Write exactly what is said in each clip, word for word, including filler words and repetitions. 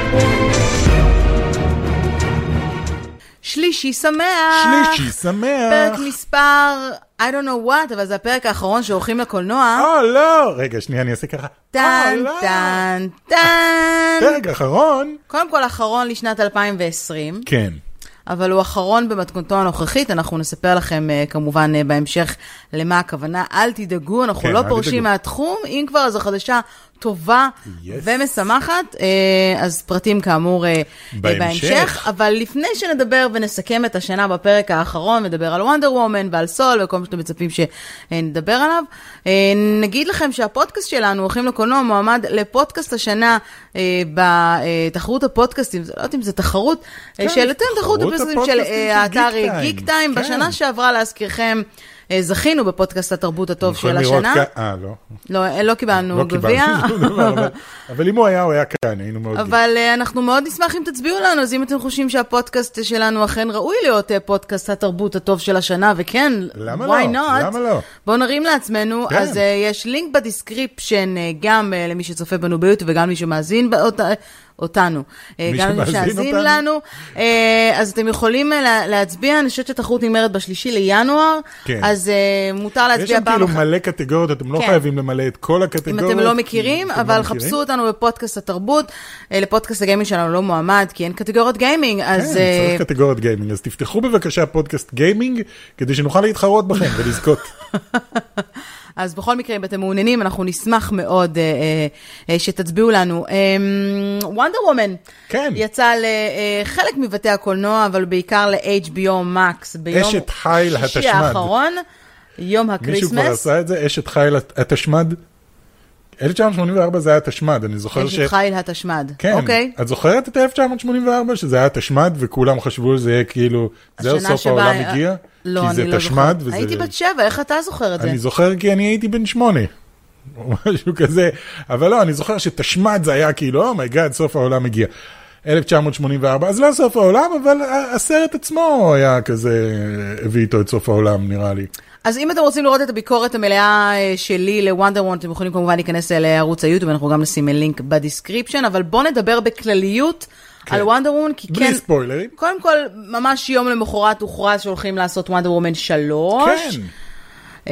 שלישי שמח. שלישי שמח. פרק מספר, I don't know what, אבל זה הפרק האחרון שהולכים לקולנוע. אה, לא. רגע, שנייה, אני אעשה ככה. טן, טן, טן. פרק אחרון. קודם כל, אחרון לשנת אלפיים ועשרים. כן. אבל הוא אחרון במתכונתו הנוכחית. אנחנו נספר לכם כמובן בהמשך למה הכוונה. אל תדאגו, אנחנו כן, לא אל פורשים תדאגו. מהתחום. אם כבר, אז החדשה טובה Yes. ומשמחת. אז פרטים כאמור בהמשך. בהמשך. אבל לפני שנדבר ונסכם את השנה בפרק האחרון, נדבר על וונדר וומן ועל סול וכל מה שאתם מצפים שנדבר עליו. נגיד לכם שהפודקאסט שלנו, הולכים לקולנוע, מועמד לפודקאסט השנה בתחרות הפודקאסטים. לא יודעת אם זה תחרות, כן, של יותר תחרות הפודקאסטים של האתר Geek Time. גיק טיים. כן. בשנה שעברה להזכירכם, זכינו בפודקאסט התרבות הטוב של השנה. אה, לא. לא, לא קיבלנו לא גביע. קיבלנו שום דבר, אבל- אבל אם הוא היה, הוא היה כאן, היינו מאוד... אבל uh, אנחנו מאוד נשמח אם תצביעו לנו, אז אם אתם חושבים שהפודקאסט שלנו אכן ראוי להיות uh, פודקאסט התרבות הטוב של השנה, וכן, למה why לא? not? למה לא? בואו נרים לעצמנו, כן. אז uh, יש לינק בדיסקריפשן uh, גם uh, למי שצופה בנו ביוטיוב וגם למי שמאזין באות... אותנו, מי גם למי שמאזין שמאזין אותנו? לנו, uh, אז אתם יכולים uh, לה- להצביע, אני חושבת שהתחרות נגמרת בשלישי לינואר, כן. אז uh, מותר יש להצביע שם פעם כאילו אחת. מלא קטגוריות, אתם לא כן. חייבים למלא את כל אם הקטגוריות. אתם לא מכירים, אם אתם אבל לא מכירים. חפשו אותנו בפודקאסט התרבות, אה, לפודקאסט הגיימינג שלנו לא מועמד, כי אין קטגוריות גיימינג, אז... כן, אה, צריך קטגוריות גיימינג, אז תפתחו בבקשה פודקאסט גיימינג, כדי שנוכל להתחרות בכם ולזכות. אז בכל מקרה, אם אתם מעוניינים, אנחנו נשמח מאוד אה, אה, אה, שתצביעו לנו. וונדר וומן כן. יצא לחלק מבתי הקולנוע, אבל בעיקר ל-אייץ' בי או Max, ביום אשת חיל שישי התשמד. האחרון, יום מישהו כבר הקריסמס. עשה את זה? אשת חיל התשמד? אלף תשע מאות שמונים וארבע זה היה תשמד, אני זוכר ש... אשת חיל התשמד. כן, אוקיי. את זוכרת את אלף תשע מאות שמונים וארבע שזה היה תשמד וכולם חשבו שזה יהיה כאילו, זהו השנה סוף שבה- העולם הגיע? לא, כי אני זה לא תשמד זוכרת. וזה... הייתי בת שבע, איך אתה זוכר את זה? אני זוכר כי אני הייתי בן שמונה, או משהו כזה, אבל לא, אני זוכר שתשמד זה היה כאילו, אומייגאד, סוף העולם הגיע. אלף תשע מאות שמונים וארבע, אז לא סוף העולם, אבל הסרט עצמו היה כזה, הביא איתו את סוף העולם, נראה לי. אז אם אתם רוצים לראות את הביקורת המלאה אה, שלי לוונדר וומן, אתם יכולים כמובן להיכנס לערוץ היוטיוב, אנחנו גם נשים לינק בדיסקריפשן, אבל בואו נדבר בכלליות כן. על וונדר וומן, כי בלי כן, ספוילרים. קודם כל, ממש יום למחרת הוכרז שהולכים לעשות וונדר וומן שלוש. כן. אה,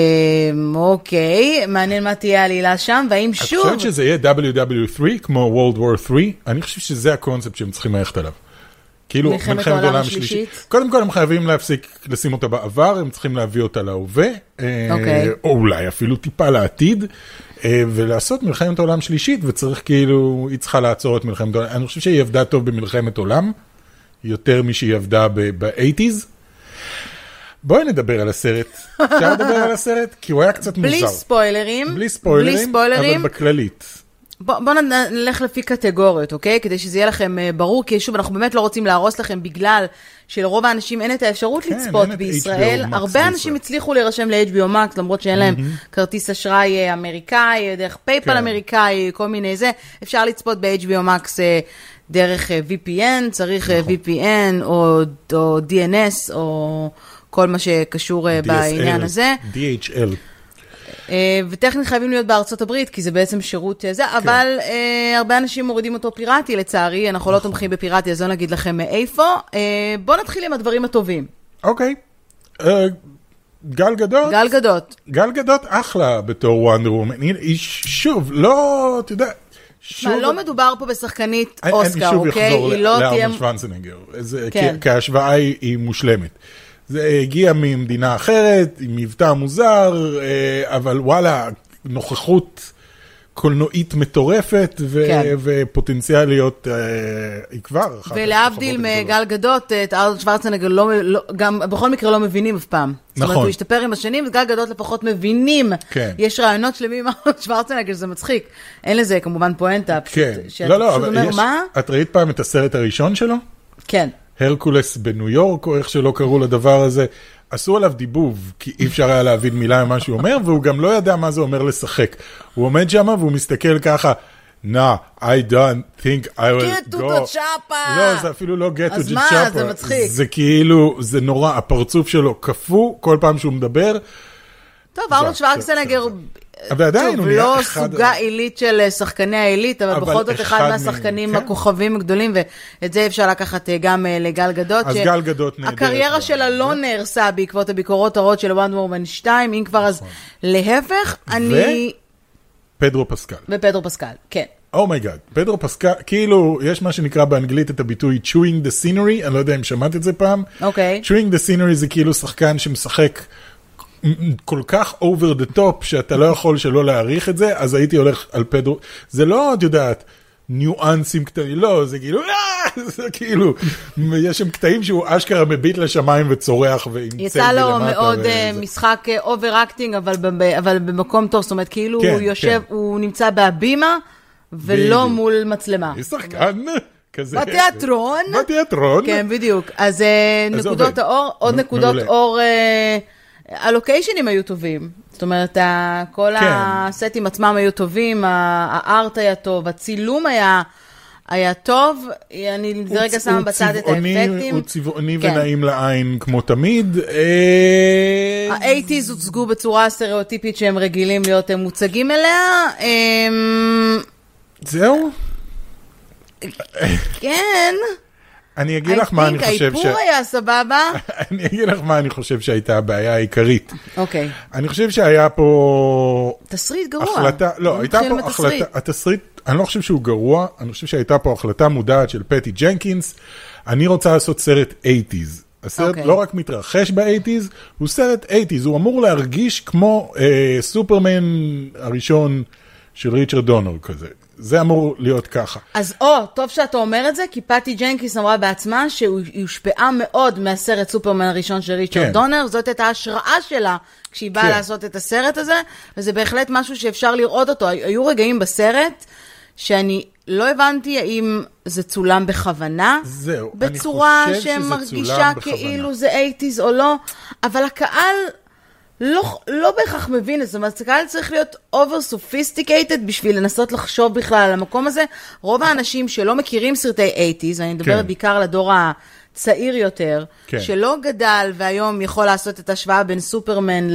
אוקיי, מעניין מה תהיה העלילה שם, והאם את שוב... חושבת שזה יהיה דאבליו דאבליו שלוש כמו World War שלוש? אני חושב שזה הקונספט שהם צריכים ללכת עליו. כאילו, מלחמת העולם השלישית? קודם כל הם חייבים להפסיק לשים אותה בעבר, הם צריכים להביא אותה להווה, אה, אוקיי. או אולי אפילו טיפה לעתיד, אה, ולעשות מלחמת העולם שלישית, וצריך כאילו, היא צריכה לעצור את מלחמת העולם. אני חושב שהיא עבדה טוב במלחמת עולם, יותר משהיא עבדה ב-שמונים. בואי נדבר על הסרט. אפשר לדבר על הסרט? כי הוא היה קצת מוזר. בלי ספוילרים. בלי ספוילרים, בלי ספוילרים. אבל בכללית. בואו בוא נלך לפי קטגוריות, אוקיי? כדי שזה יהיה לכם אה, ברור, כי שוב, אנחנו באמת לא רוצים להרוס לכם בגלל שלרוב האנשים אין את האפשרות כן, לצפות אין את בישראל. H B O Max הרבה בישראל. אנשים הצליחו להירשם ל-אייץ' בי או Max, למרות שאין להם כרטיס אשראי אה, אמריקאי, דרך פייפל כן. אמריקאי, כל מיני זה. אפשר לצפות ב-אייץ' בי או Max אה, דרך אה, וי פי אן, צריך אה, וי פי אן או, או די אן אס או כל מה שקשור אה, בעניין הזה. די אייץ' אל. וטכנית חייבים להיות בארצות הברית, כי זה בעצם שירות זה, אבל הרבה אנשים מורידים אותו פיראטי, לצערי, אנחנו לא תומכים בפיראטי, אז לא נגיד לכם מאיפה. בואו נתחיל עם הדברים הטובים. אוקיי. גל גדות. גל גדות. גל גדות אחלה בתור וונדר וומן. היא שוב, לא, אתה יודע, שוב... מה, לא מדובר פה בשחקנית אני- אוסקר, אני שוב אוקיי? אחזור היא לא תהיה... לארנולד שוורצנגר. זה- כן. כי- כי ההשוואה היא היא מושלמת. זה הגיע ממדינה אחרת, עם מבטא מוזר, אה, אבל וואלה, נוכחות קולנועית מטורפת, ו- כן. ופוטנציאל להיות, אה, היא כבר. אחת ולהבדיל החברות הגדולות. מגל גדות, את ארנולד שוורצנגר לא, לא, גם בכל מקרה לא מבינים אף פעם. זאת אומרת, נכון. הוא השתפר עם השנים, וגל גדות לפחות מבינים. כן. יש רעיונות שלמים עם ארנולד שוורצנגר, שזה מצחיק. אין לזה כמובן פואנטה, פשוט, כן. שאתה לא, לא, פשוט אבל אומר, יש... מה? את ראית פעם את הסרט הראשון שלו? כן. הרקולס בניו יורק, או איך שלא קראו לדבר הזה, עשו עליו דיבוב, כי אי אפשר היה להבין מילה ממה שהוא אומר, והוא גם לא ידע מה זה אומר לשחק. הוא עומד שם והוא מסתכל ככה, nah, I don't think I will Get to go. the chopper. לא, זה אפילו לא get to the chopper. אז מה? זה מצחיק. זה כאילו, זה נורא, הפרצוף שלו קפוא, כל פעם שהוא מדבר. טוב, זה- ארנולד זה- שוורצנגר, ועדיין הוא נהיה לא אחד... סוגה עילית של שחקני העילית, אבל, אבל בכל זאת אחד מהשחקנים כן. הכוכבים הגדולים, ואת זה אפשר לקחת גם לגל גדות. אז גל גדות נהדרת. הקריירה שלה לא נהרסה בעקבות הביקורות הרעות של וונדר וומן שתיים, אם כבר אז להפך, אני... ופדרו פסקל. ופדרו פסקל, כן. אומייגאד, פדרו פסקל, כאילו, יש מה שנקרא באנגלית את הביטוי chewing the scenery, אני לא יודע אם שמעת את זה פעם. אוקיי. chewing the scenery זה כאילו שחקן שמשחק כל כך over the top, שאתה לא יכול שלא להעריך את זה, אז הייתי הולך על פדרו, זה לא, את יודעת, ניואנסים קטנים, לא, זה כאילו, זה כאילו, יש שם קטעים שהוא אשכרה מביט לשמיים וצורח ועם צל מלמטה. יצא לו מאוד משחק אובר-אקטינג, אבל במקום טוב, זאת אומרת, כאילו הוא יושב, הוא נמצא בהבימה, ולא מול מצלמה. היא שחקן כזה. בתיאטרון. בתיאטרון. כן, בדיוק. אז נקודות האור, עוד נקודות אור, הלוקיישנים היו טובים. זאת אומרת, כל הסטים עצמם היו טובים, הארט היה טוב, הצילום היה... היה טוב, אני רגע שמה בצד את האפקטים. הוא צבעוני ונעים לעין כמו תמיד. ה-שמונים הוצגו בצורה סטריאוטיפית שהם רגילים להיות מוצגים אליה. זהו? כן. אני אגיד לך מה אני חושב ש... האיפור היה סבבה. אני אגיד לך מה אני חושב שהייתה הבעיה העיקרית. אוקיי. אני חושב שהיה פה... תסריט גרוע. החלטה, לא, הייתה פה החלטה, התסריט, אני לא חושב שהוא גרוע, אני חושב שהייתה פה החלטה מודעת של פטי ג'נקינס, אני רוצה לעשות סרט שמונים. הסרט לא רק מתרחש ב-שמונים, הוא סרט שמונים, הוא אמור להרגיש כמו סופרמן הראשון של ריצ'רד דונר כזה. זה אמור להיות ככה. אז או, טוב שאתה אומר את זה, כי פטי ג'נקיס אמרה בעצמה שהיא הושפעה מאוד מהסרט סופרמן הראשון של ריצ'רד כן. דונר, זאת הייתה ההשראה שלה כשהיא באה כן. לעשות את הסרט הזה, וזה בהחלט משהו שאפשר לראות אותו. היו רגעים בסרט שאני לא הבנתי האם זה צולם בכוונה, זהו, בצורה שמרגישה כאילו זה שמונים או לא, אבל הקהל... לא, לא בהכרח מבין, זאת אומרת, הקהל צריך להיות over sophisticated בשביל לנסות לחשוב בכלל על המקום הזה. רוב האנשים שלא מכירים סרטי שמונים, ואני מדברת כן. בעיקר לדור הצעיר יותר, כן. שלא גדל והיום יכול לעשות את השוואה בין סופרמן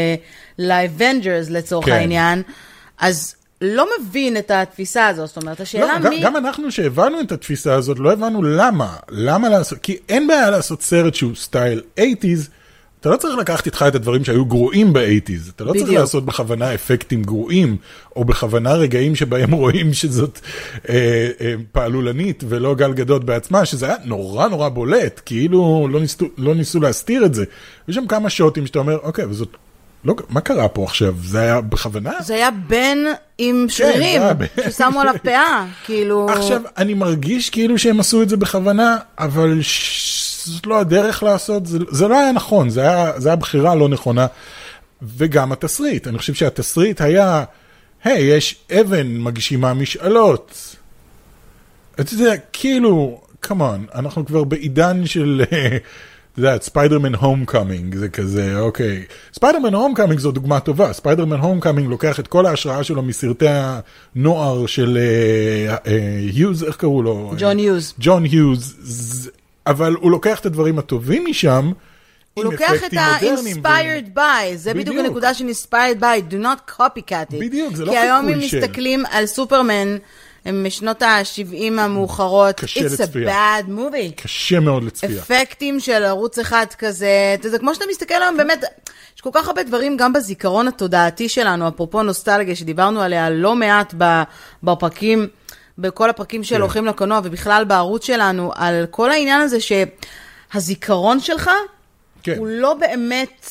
ל-Avengers לצורך כן. העניין, אז לא מבין את התפיסה הזאת, זאת אומרת, השאלה לא, מי... גם אנחנו שהבנו את התפיסה הזאת, לא הבנו למה, למה לעשות, כי אין בעיה לעשות סרט שהוא סטייל שמונים, אתה לא צריך לקחת איתך את הדברים שהיו גרועים ב-שמונים, אתה לא צריך לעשות בכוונה אפקטים גרועים, או בכוונה רגעים שבהם רואים שזאת אה, אה, פעלולנית ולא גל גדות בעצמה, שזה היה נורא נורא בולט, כאילו לא ניסו, לא ניסו להסתיר את זה. יש שם כמה שוטים שאתה אומר, אוקיי, וזאת, לא, מה קרה פה עכשיו? זה היה בכוונה? זה היה בן עם שרירים, כן, ששמו עליו פאה, כאילו... עכשיו, אני מרגיש כאילו שהם עשו את זה בכוונה, אבל... ש... זאת לא הדרך לעשות, זה, זה לא היה נכון, זה היה, זה היה בחירה לא נכונה, וגם התסריט, אני חושב שהתסריט היה, היי, יש אבן מגשימה משאלות, אתה יודע, כאילו, כמון, אנחנו כבר בעידן של, אתה יודע, ספיידרמן הומקאמינג, זה כזה, אוקיי, ספיידרמן הומקאמינג זו דוגמה טובה, ספיידרמן הומקאמינג לוקח את כל ההשראה שלו מסרטי הנוער של היוז, איך קראו לו? ג'ון היוז. ג'ון היוז, אבל הוא לוקח את הדברים הטובים משם, הוא לוקח את ה-inspired by, זה בדיוק הנקודה של inspired by, do not copycat it. בדיוק, זה לא חיקוי של. כי היום אם של. מסתכלים על סופרמן, הם משנות ה-שבעים המאוחרות, קשה it's לצפייה. a bad movie. קשה מאוד לצפייה. אפקטים של ערוץ אחד כזה, זה כמו שאתה מסתכל היום, באמת, יש כל כך הרבה דברים גם בזיכרון התודעתי שלנו, אפרופו נוסטלגיה, שדיברנו עליה לא מעט בפרקים, בכל הפרקים של הולכים לקולנוע, ובכלל בערוץ שלנו, על כל העניין הזה שהזיכרון שלך, הוא לא באמת,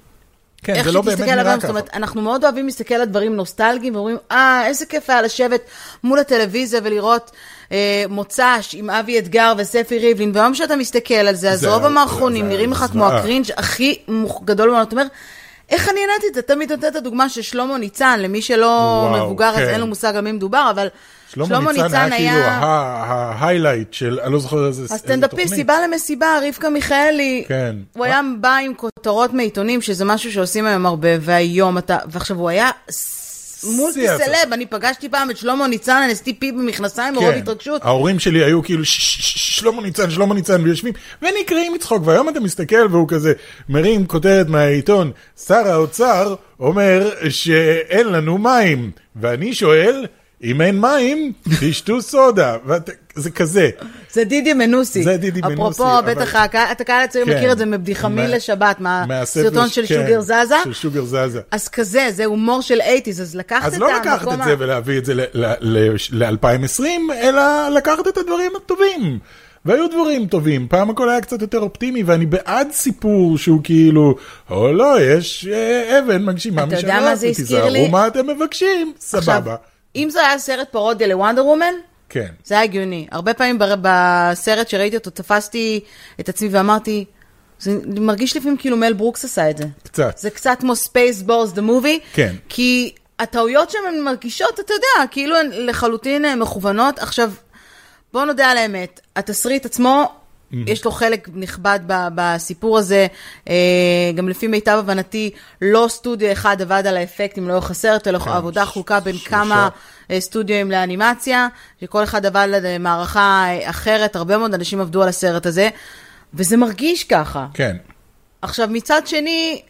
איך שתסתכל עליו, זאת אומרת, אנחנו מאוד אוהבים להסתכל על דברים נוסטלגיים, ואומרים, אה, איזה כיף היה לשבת מול הטלוויזיה, ולראות מוצ"ש עם אבי אתגר וספי ריבלין, והיום שאתה מסתכל על זה, אז רוב המאחרונים נראים לך כמו הקרינג' הכי גדול, ואתה אומר, איך אני ענתי את זה? תמיד נותנת את הדוגמה של שלמה ניצן, למי שלא מבוגר, אז אין לו מושג על מי מדובר, אבל שלמה ניצן היה... כאילו ההיילייט של, אני לא זוכר איזה תוכנית. הסטנדאפיסט, סיבה למסיבה, רבקה מיכאלי, הוא היה בא עם כותרות מעיתונים, שזה משהו שעושים היום הרבה, והיום אתה, ועכשיו הוא היה מולטי סלב, אני פגשתי פעם את שלמה ניצן, אני עשיתי פי במכנסיים, מרוב התרגשות. ההורים שלי היו כאילו, שלמה ניצן, שלמה ניצן, ויושבים, ונקראים מצחוק, והיום אתה מסתכל, והוא כזה, מרים כותרת מהעיתון, שר האוצר אומר שאין לנו מים, ואני שואל, אם אין מים, תשתו סודה, זה כזה. זה דידי מנוסי. זה דידי מנוסי. אפרופו, בטח, אתה קהל הצעיר מכיר את זה מבדיחה מיל לשבת, מהסרטון של שוגר זזה. של שוגר זזה. אז כזה, זה הומור של שמונים, אז לקחת את המקום... אז לא לקחת את זה ולהביא את זה ל-אלפיים ועשרים, אלא לקחת את הדברים הטובים. והיו דברים טובים, פעם הכל היה קצת יותר אופטימי, ואני בעד סיפור שהוא כאילו, או לא, יש אבן מגשימה משנה, תיזהרו מה אתם מבקשים, סבבה. אם זה היה סרט פרודיה לוונדר וומן, כן. זה היה הגיוני. הרבה פעמים בסרט שראיתי אותו, תפסתי את עצמי ואמרתי, זה מרגיש לפעמים כאילו מל ברוקס עשה את זה. קצת. זה קצת כמו Spaceballs the movie. כן. כי הטעויות שהן מרגישות, אתה יודע, כאילו הן לחלוטין מכוונות. עכשיו, בואו נודע על האמת. התסריט עצמו, mm-hmm. יש לו חלק נכבד בסיפור הזה. גם לפי מיטב הבנתי, לא סטודיו אחד עבד על האפקטים, לא חסר, אלא כן, עבודה חלוקה בין שלושה. כמה סטודיואים לאנימציה, שכל אחד עבד למערכה אחרת, הרבה מאוד אנשים עבדו על הסרט הזה, וזה מרגיש ככה. כן. עכשיו, מצד שני...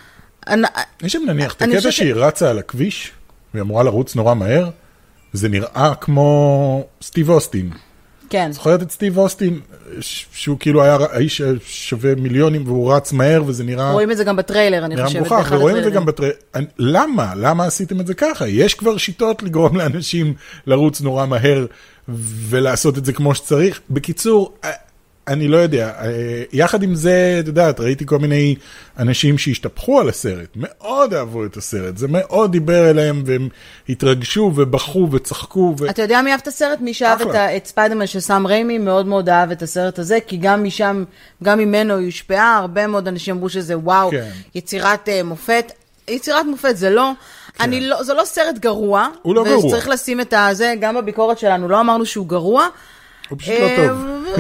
יש שם נניח, את הקטע שהיא רצה על הכביש, והיא אמורה לרוץ נורא מהר, זה נראה כמו סטיב אוסטין. כן. זוכרת את סטיב אוסטין, שהוא כאילו היה האיש שווה מיליונים, והוא רץ מהר, וזה נראה... רואים את זה גם בטריילר, אני חושבת. נראה מוכח, ורואים את זה גם בטריילר. למה? למה עשיתם את זה ככה? יש כבר שיטות לגרום לאנשים לרוץ נורא מהר, ולעשות את זה כמו שצריך. בקיצור, אני לא יודע. יחד עם זה, אתה יודעת, ראיתי כל מיני אנשים שהשתפכו על הסרט, מאוד אהבו את הסרט, זה מאוד דיבר אליהם, והם התרגשו ובחרו וצחקו. ו... אתה יודע מי אהב את הסרט? מי שאהב את, את ספיידרמן של סאם ריימי, מאוד מאוד אהב את הסרט הזה, כי גם משם, גם ממנו היא הושפעה, הרבה מאוד אנשים אמרו שזה וואו, כן. יצירת uh, מופת. יצירת מופת זה לא, כן. אני לא, זה לא סרט גרוע, הוא לא גרוע. וצריך לשים את הזה, גם בביקורת שלנו, לא אמרנו שהוא גרוע, הוא פשוט לא טוב.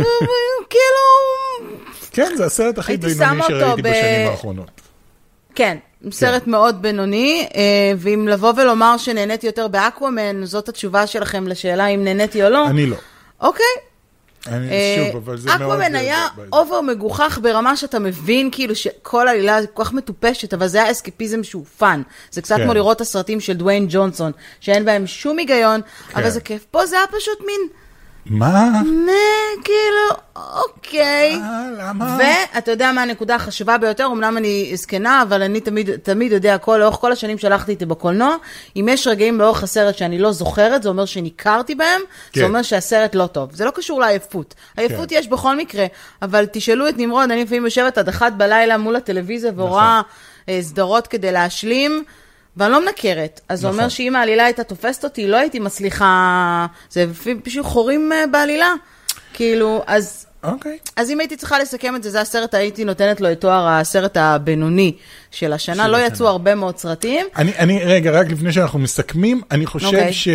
כאילו... כן, זה הסרט הכי בינוני שראיתי בשנים האחרונות. כן, סרט מאוד בינוני, ואם לבוא ולומר שנהניתי יותר באקוואמן, זאת התשובה שלכם לשאלה אם נהניתי או לא. אני לא. אוקיי. אני שוב, אבל זה מאוד... אקוואמן היה אובר מגוחך ברמה שאתה מבין כאילו שכל העלילה כל כך מטופשת, אבל זה היה אסקפיזם שהוא פן. זה קצת כמו לראות את הסרטים של דוויין ג'ונסון, שאין בהם שום היגיון, אבל זה כיף. פה זה היה פשוט מין... מה? נה, כאילו, אוקיי. אה, למה? ואתה יודע מה הנקודה החשובה ביותר, אמנם אני זקנה, אבל אני תמיד, תמיד יודע, כל, לאורך כל השנים שהלכתי איתי בקולנוע, אם יש רגעים לאורך הסרט שאני לא זוכרת, זה אומר שניכרתי בהם, כן. זה אומר שהסרט לא טוב. זה לא קשור לעייפות. עייפות כן. יש בכל מקרה, אבל תשאלו את נמרוד, אני לפעמים יושבת עד אחת בלילה מול הטלוויזיה, ורואה נכון. סדרות כדי להשלים, ואני לא מנקרת. אז זה נכון. אומר שאם העלילה הייתה תופסת אותי, לא הייתי מצליחה, זה פשוט חורים בעלילה. כאילו, אז... אוקיי. אז אם הייתי צריכה לסכם את זה, זה הסרט, הייתי נותנת לו את תואר הסרט הבינוני של השנה. לא יצאו הרבה מאוד סרטים. אני, אני, רגע, רק לפני שאנחנו מסכמים, אני חושב אוקיי. ש...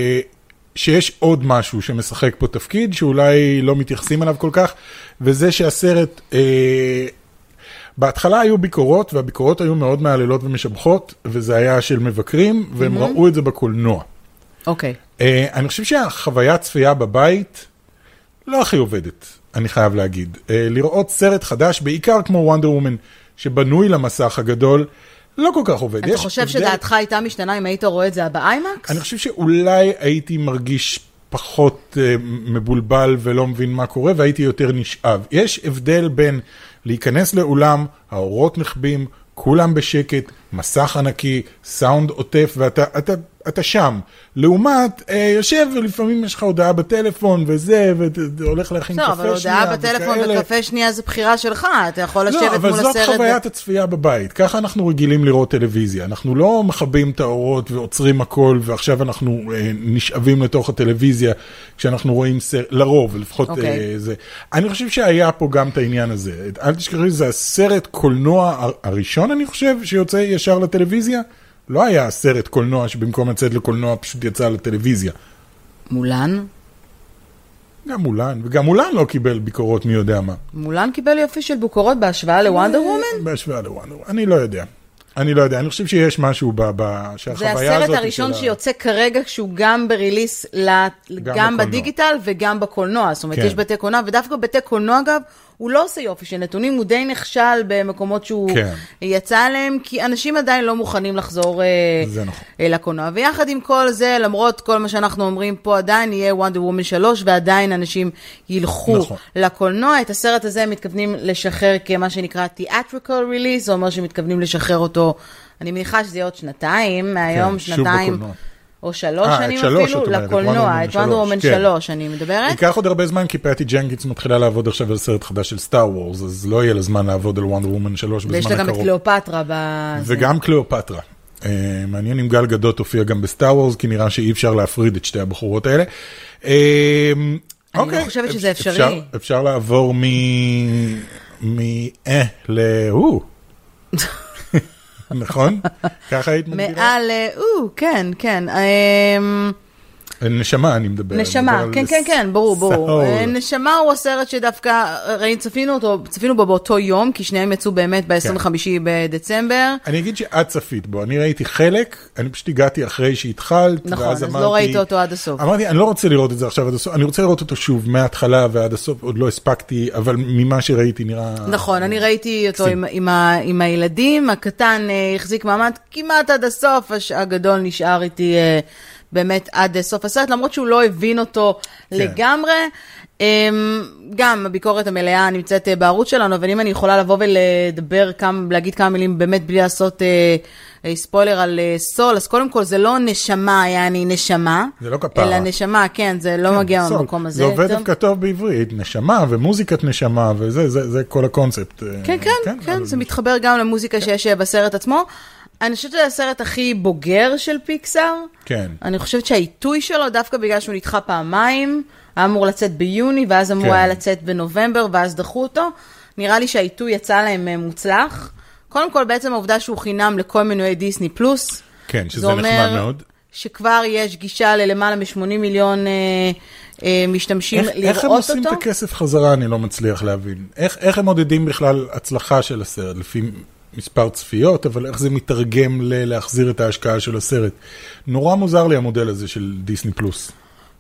שיש עוד משהו שמשחק פה תפקיד, שאולי לא מתייחסים עליו כל כך, וזה שהסרט... אה... בהתחלה היו ביקורות, והביקורות היו מאוד מעללות ומשבחות, וזה היה של מבקרים, והם mm-hmm. ראו את זה בקולנוע. אוקיי. Okay. Uh, אני חושב שהחוויה צפייה בבית לא הכי עובדת, אני חייב להגיד. Uh, לראות סרט חדש, בעיקר כמו וונדר וומן, שבנוי למסך הגדול, לא כל כך עובד. אתה חושב הבדל... שדעתך הייתה משתנה אם היית רואה את זה באיימקס? אני חושב שאולי הייתי מרגיש פחות uh, מבולבל ולא מבין מה קורה, והייתי יותר נשאב. יש הבדל בין... להיכנס לאולם, האורות נחבים, כולם בשקט, מסך ענקי, סאונד עוטף, ואתה אתה, אתה שם. לעומת, אה, יושב ולפעמים יש לך הודעה בטלפון וזה, והולך להכין קפה שנייה. אבל הודעה בטלפון וקפה שנייה זה בחירה שלך, אתה יכול לשבת מול הסרט. לא, אבל זאת חוויית הצפייה בבית. ככה אנחנו רגילים לראות טלוויזיה. אנחנו לא מחבים את האורות ועוצרים הכל, ועכשיו אנחנו אה, נשאבים לתוך הטלוויזיה, כשאנחנו רואים סרט, לרוב, לפחות okay. אה, זה. אני חושב שהיה פה גם את העניין הזה. אל תשכחי, זה הסרט קולנוע הראשון, אני חושב, שיוצא ישר לטלוויזיה. לא היה סרט קולנוע שבמקום לצאת לקולנוע פשוט יצא לטלוויזיה. מולן? גם מולן, וגם מולן לא קיבל ביקורות מי יודע מה. מולן קיבל יופי של ביקורות בהשוואה לוונדר וומן? בהשוואה לוונדר וומן, אני לא יודע. אני לא יודע, אני חושב שיש משהו שהחוויה הזאת... זה הסרט הראשון שיוצא כרגע, כשהוא גם בריליס, גם בדיגיטל וגם בקולנוע. זאת אומרת, יש בתי קולנוע, ודווקא בתי קולנוע, אגב, הוא לא עושה יופי של נתונים, הוא די נכשל במקומות שהוא יצא עליהם, כי אנשים עדיין לא מוכנים לחזור לקולנוע. ויחד עם כל זה, למרות כל מה שאנחנו אומרים פה, עדיין יהיה Wonder Woman שלוש, ועדיין אנשים ילכו לקולנוע. את הסרט הזה מתכוונים לשחרר כמה שנקרא theatrical release, זה אומר שמתכוונים לשחרר אותו, אני מניחה שזה יהיה עוד שנתיים, מהיום שנתיים, או שלוש שנים אפילו, לקולנוע, את Wonder Woman שלוש, אני מדברת. ייקח עוד הרבה זמן, כי פטי ג'נקינס מתחילה לעבוד עכשיו על סרט חדש של סטאר וורס, אז לא יהיה לזמן לעבוד על Wonder Woman שלוש בזמן הקרוב. ויש לה גם את קליאופטרה בזה. וגם קליאופטרה. מעניין אם גל גדות הופיע גם בסטאר וורס, כי נראה שאי אפשר להפריד את שתי הבחורות האלה. אני לא חושבת שזה אפשרי. אפשר לעבור מ... מ-אה ל-הו. נכון? ככה היית מגדירה? מעל, או, כן, כן. נשמה, אני מדבר. נשמה, כן, כן, כן, ברור, ברור. נשמה הוא הסרט שדווקא, ראינו, צפינו אותו, צפינו בו באותו יום, כי שניהם יצאו באמת ב-עשרים וחמישה בדצמבר. אני אגיד שאת צפית בו, אני ראיתי חלק, אני פשוט הגעתי אחרי שהתחלת, נכון, אז לא ראית אותו עד הסוף. אמרתי, אני לא רוצה לראות את זה עכשיו עד הסוף, אני רוצה לראות אותו שוב, מההתחלה ועד הסוף, עוד לא הספקתי, אבל ממה שראיתי נראה... נכון, אני ראיתי אותו עם הילדים, הקטן החזיק מעמד כמעט עד הסוף, הגדול נשאר איתי... באמת עד סוף הסרט, למרות שהוא לא הבין אותו כן. לגמרי. גם הביקורת המלאה נמצאת בערוץ שלנו, אבל אם אני יכולה לבוא ולדבר, כמה, להגיד כמה מילים באמת בלי לעשות אה, ספוילר על אה, סול, אז קודם כל זה לא נשמה, יעני נשמה. זה לא כפרה. אלא נשמה, כן, זה לא כן, מגיע מהמקום הזה. זה עובד דווקא טוב בעברית, נשמה ומוזיקת נשמה, וזה זה, זה כל הקונספט. כן, כן, כן, כן זה מתחבר גם למוזיקה שיש בסרט עצמו. אני חושבת שזה הסרט הכי בוגר של פיקסאר. כן. אני חושבת שהעיתוי שלו, דווקא בגלל שהוא נדחה פעמיים, היה אמור לצאת ביוני, ואז אמור כן. היה לצאת בנובמבר, ואז דחו אותו. נראה לי שהעיתוי יצא להם מוצלח. קודם כל, בעצם העובדה שהוא חינם לכל מנועי דיסני פלוס. כן, שזה נחמד מאוד. שכבר יש גישה ללמעלה מ-שמונים מיליון אה, אה, משתמשים איך, לראות אותו. איך הם עושים אותו? את הכסף חזרה, אני לא מצליח להבין. איך, איך הם מודדים בכלל הצלחה של הסרט, לפי... מספר צפיות, אבל איך זה מתרגם ל- להחזיר את ההשקעה של הסרט. נורא מוזר לי המודל הזה של דיסני פלוס.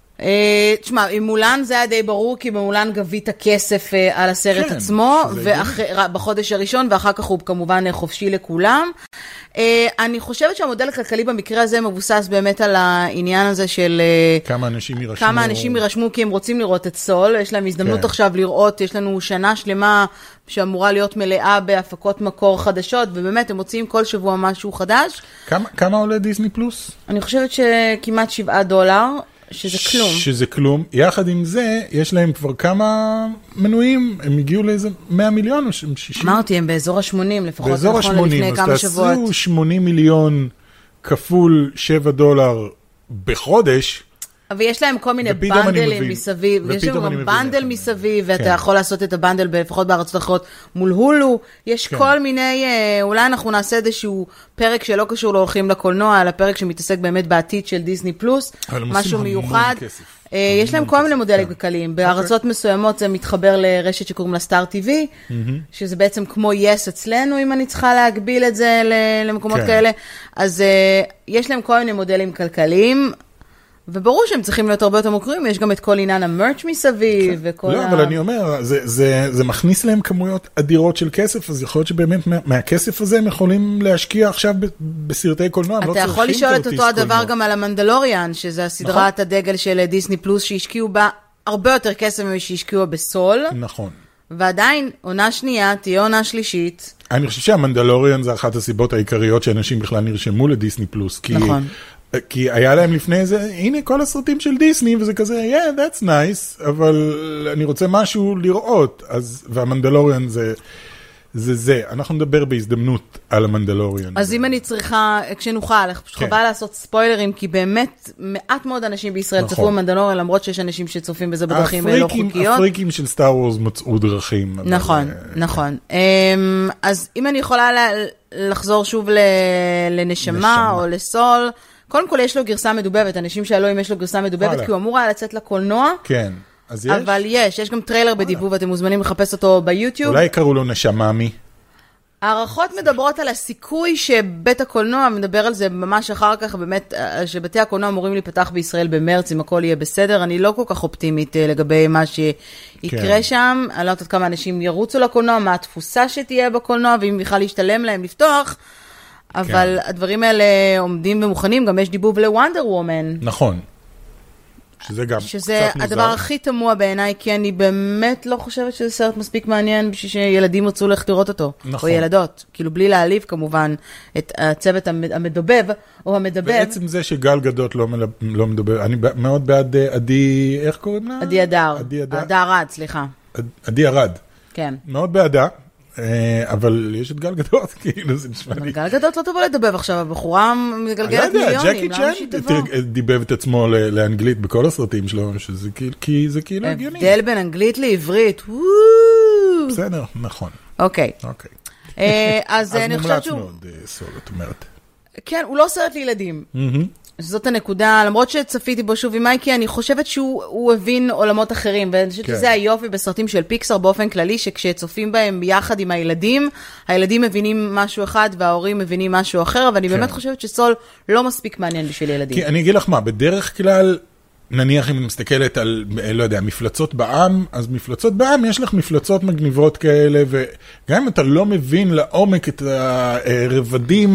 תשמע, עם מולן זה היה די ברור, כי במולן גבית הכסף על הסרט כן, עצמו, בחודש הראשון, ואחר כך הוא כמובן חופשי לכולם. אני חושבת שהמודל הכלכלי במקרה הזה מבוסס באמת על העניין הזה של... כמה אנשים ירשמו. כמה אנשים ירשמו, כי הם רוצים לראות את סול, יש להם הזדמנות כן. עכשיו לראות, יש לנו שנה שלמה שאמורה להיות מלאה בהפקות מקור חדשות, ובאמת הם מוצאים כל שבוע משהו חדש. כמה, כמה עולה דיסני פלוס? אני חושבת שכמעט שבעה דולר. שזה כלום. שזה כלום. יחד עם זה, יש להם כבר כמה מנויים, הם הגיעו לאיזה מאה מיליון או שישים. אמרתי, הם באזור ה-שמונים, לפחות באזור נכון לפני כמה שבועות. אז תעשו שמונים מיליון כפול שבעה דולר בחודש. אבל יש להם כל מיני בנדלים מסביב, יש להם גם בנדל מסביב, ואתה יכול לעשות את הבנדל לפחות בארצות אחרות מול הולו, יש כל מיני, אולי אנחנו נעשה איזשהו פרק שלא קשור להולכים לקולנוע, אלא פרק שמתעסק באמת בעתיד של דיסני פלוס, משהו מיוחד. יש להם כל מיני מודלים כלכליים, בארצות מסוימות זה מתחבר לרשת שקוראים לה סטאר טי וי, שזה בעצם כמו יס אצלנו, אם אני צריכה להגביל את זה למקומות כאלה, אז יש להם כל מיני מודלים כלכליים, וברור שהם צריכים להיות הרבה יותר מוכרים, יש גם את כל עניין המרץ' מסביב, וכל לא, אבל אני אומר, זה מכניס להם כמויות אדירות של כסף, אז יכול להיות שבאמת מהכסף הזה הם יכולים להשקיע עכשיו בסרטי קולנוע, הם לא צריכים אתה יכול לשאול את אותו הדבר גם על המנדלוריאן, שזה הסדרת הדגל של דיסני פלוס, שהשקיעו בה הרבה יותר כסף ממה שהשקיעו בסול. נכון. ועדיין, עונה שנייה, תהיה עונה שלישית. אני חושב שהמנדלוריאן זה אחת הסיבות העיקריות שאנשים בכלל נרשמו לדיסני פלוס, כי נכון. כי היה להם לפני זה, הנה כל הסרטים של דיסני, וזה כזה, yeah, that's nice, אבל אני רוצה משהו לראות, אז, והמנדלוריאן זה, זה זה. אנחנו נדבר בהזדמנות על המנדלוריאן. אז אם אני צריכה, כשנוכל, פשוט חבל לעשות ספוילרים, כי באמת מעט מאוד אנשים בישראל צפו במנדלוריאן, למרות שיש אנשים שצופים בזה בדרכים לא חוקיות. הפריקים של סטאר וורס מצאו דרכים. נכון, נכון. אז אם אני יכולה לחזור שוב לנשמה או לסול, קודם כל יש לו גרסה מדובבת, אנשים שאלו אם יש לו גרסה מדובבת, כי הוא אמור היה לצאת לקולנוע. כן, אז יש. אבל יש, יש גם טריילר בדיבוב, ואתם מוזמנים לחפש אותו ביוטיוב. אולי קראו לו נשממי. הערכות מדברות על הסיכוי שבית הקולנוע, מדבר על זה ממש אחר כך, באמת, שבתי הקולנוע אמורים להיפתח בישראל במרץ, אם הכל יהיה בסדר. אני לא כל כך אופטימית לגבי מה שיקרה כן. שם. אני לא יודעת כמה אנשים ירוצו לקולנוע, מה התפוסה שתהיה בקולנוע, ואם בכלל להשתלם להם לפתוח. אבל כן. הדברים האלה עומדים ומוכנים, גם יש דיבוב לוונדר וומן. נכון. שזה גם שזה קצת הדבר מוזר. הכי תמוה בעיניי, כי אני באמת לא חושבת שזה סרט מספיק מעניין בשביל שילדים רצו ללכת לראות אותו. נכון. או ילדות. כאילו בלי להעליב כמובן את הצוות המדובב או המדבב. בעצם זה שגל גדות לא, מלב, לא מדובב. אני מאוד בעד עדי, איך קוראים לה? עדי אדר. עדי אדר. עדי ארד, סליחה. עדי ארד. כן. מאוד בעדה. אבל יש את גל גדות, כאילו זה נשמע לי. גל גדות לא תבוא לדבב עכשיו, הבחורה מגלגלת מיליונים, למה שהיא תבוא? ג'קי צ'אן דיבב את עצמו לאנגלית בכל הסרטים שלו, כי זה כאילו הגיוני. הבדל בין אנגלית לעברית, בסדר, נכון. אוקיי. אוקיי. אז אני חושבת שהוא... אז מומלץ מאוד סול, את אומרת. כן, הוא לא סרט לילדים. זאת הנקודה, למרות שצפיתי בו שוב עם מייקי, אני חושבת שהוא הבין עולמות אחרים, ואני חושבת שזה היופי בסרטים של פיקסאר באופן כללי, שכשצופים בהם יחד עם הילדים, הילדים מבינים משהו אחד, וההורים מבינים משהו אחר, אבל אני באמת חושבת שסול לא מספיק מעניין בשביל ילדים. כי אני אגיד לך מה, בדרך כלל, נניח אם אני מסתכלת על, לא יודע, מפלצות בעם, אז מפלצות בעם, יש לך מפלצות מגניבות כאלה, וגם אם אתה לא מבין לעומק את הרבדים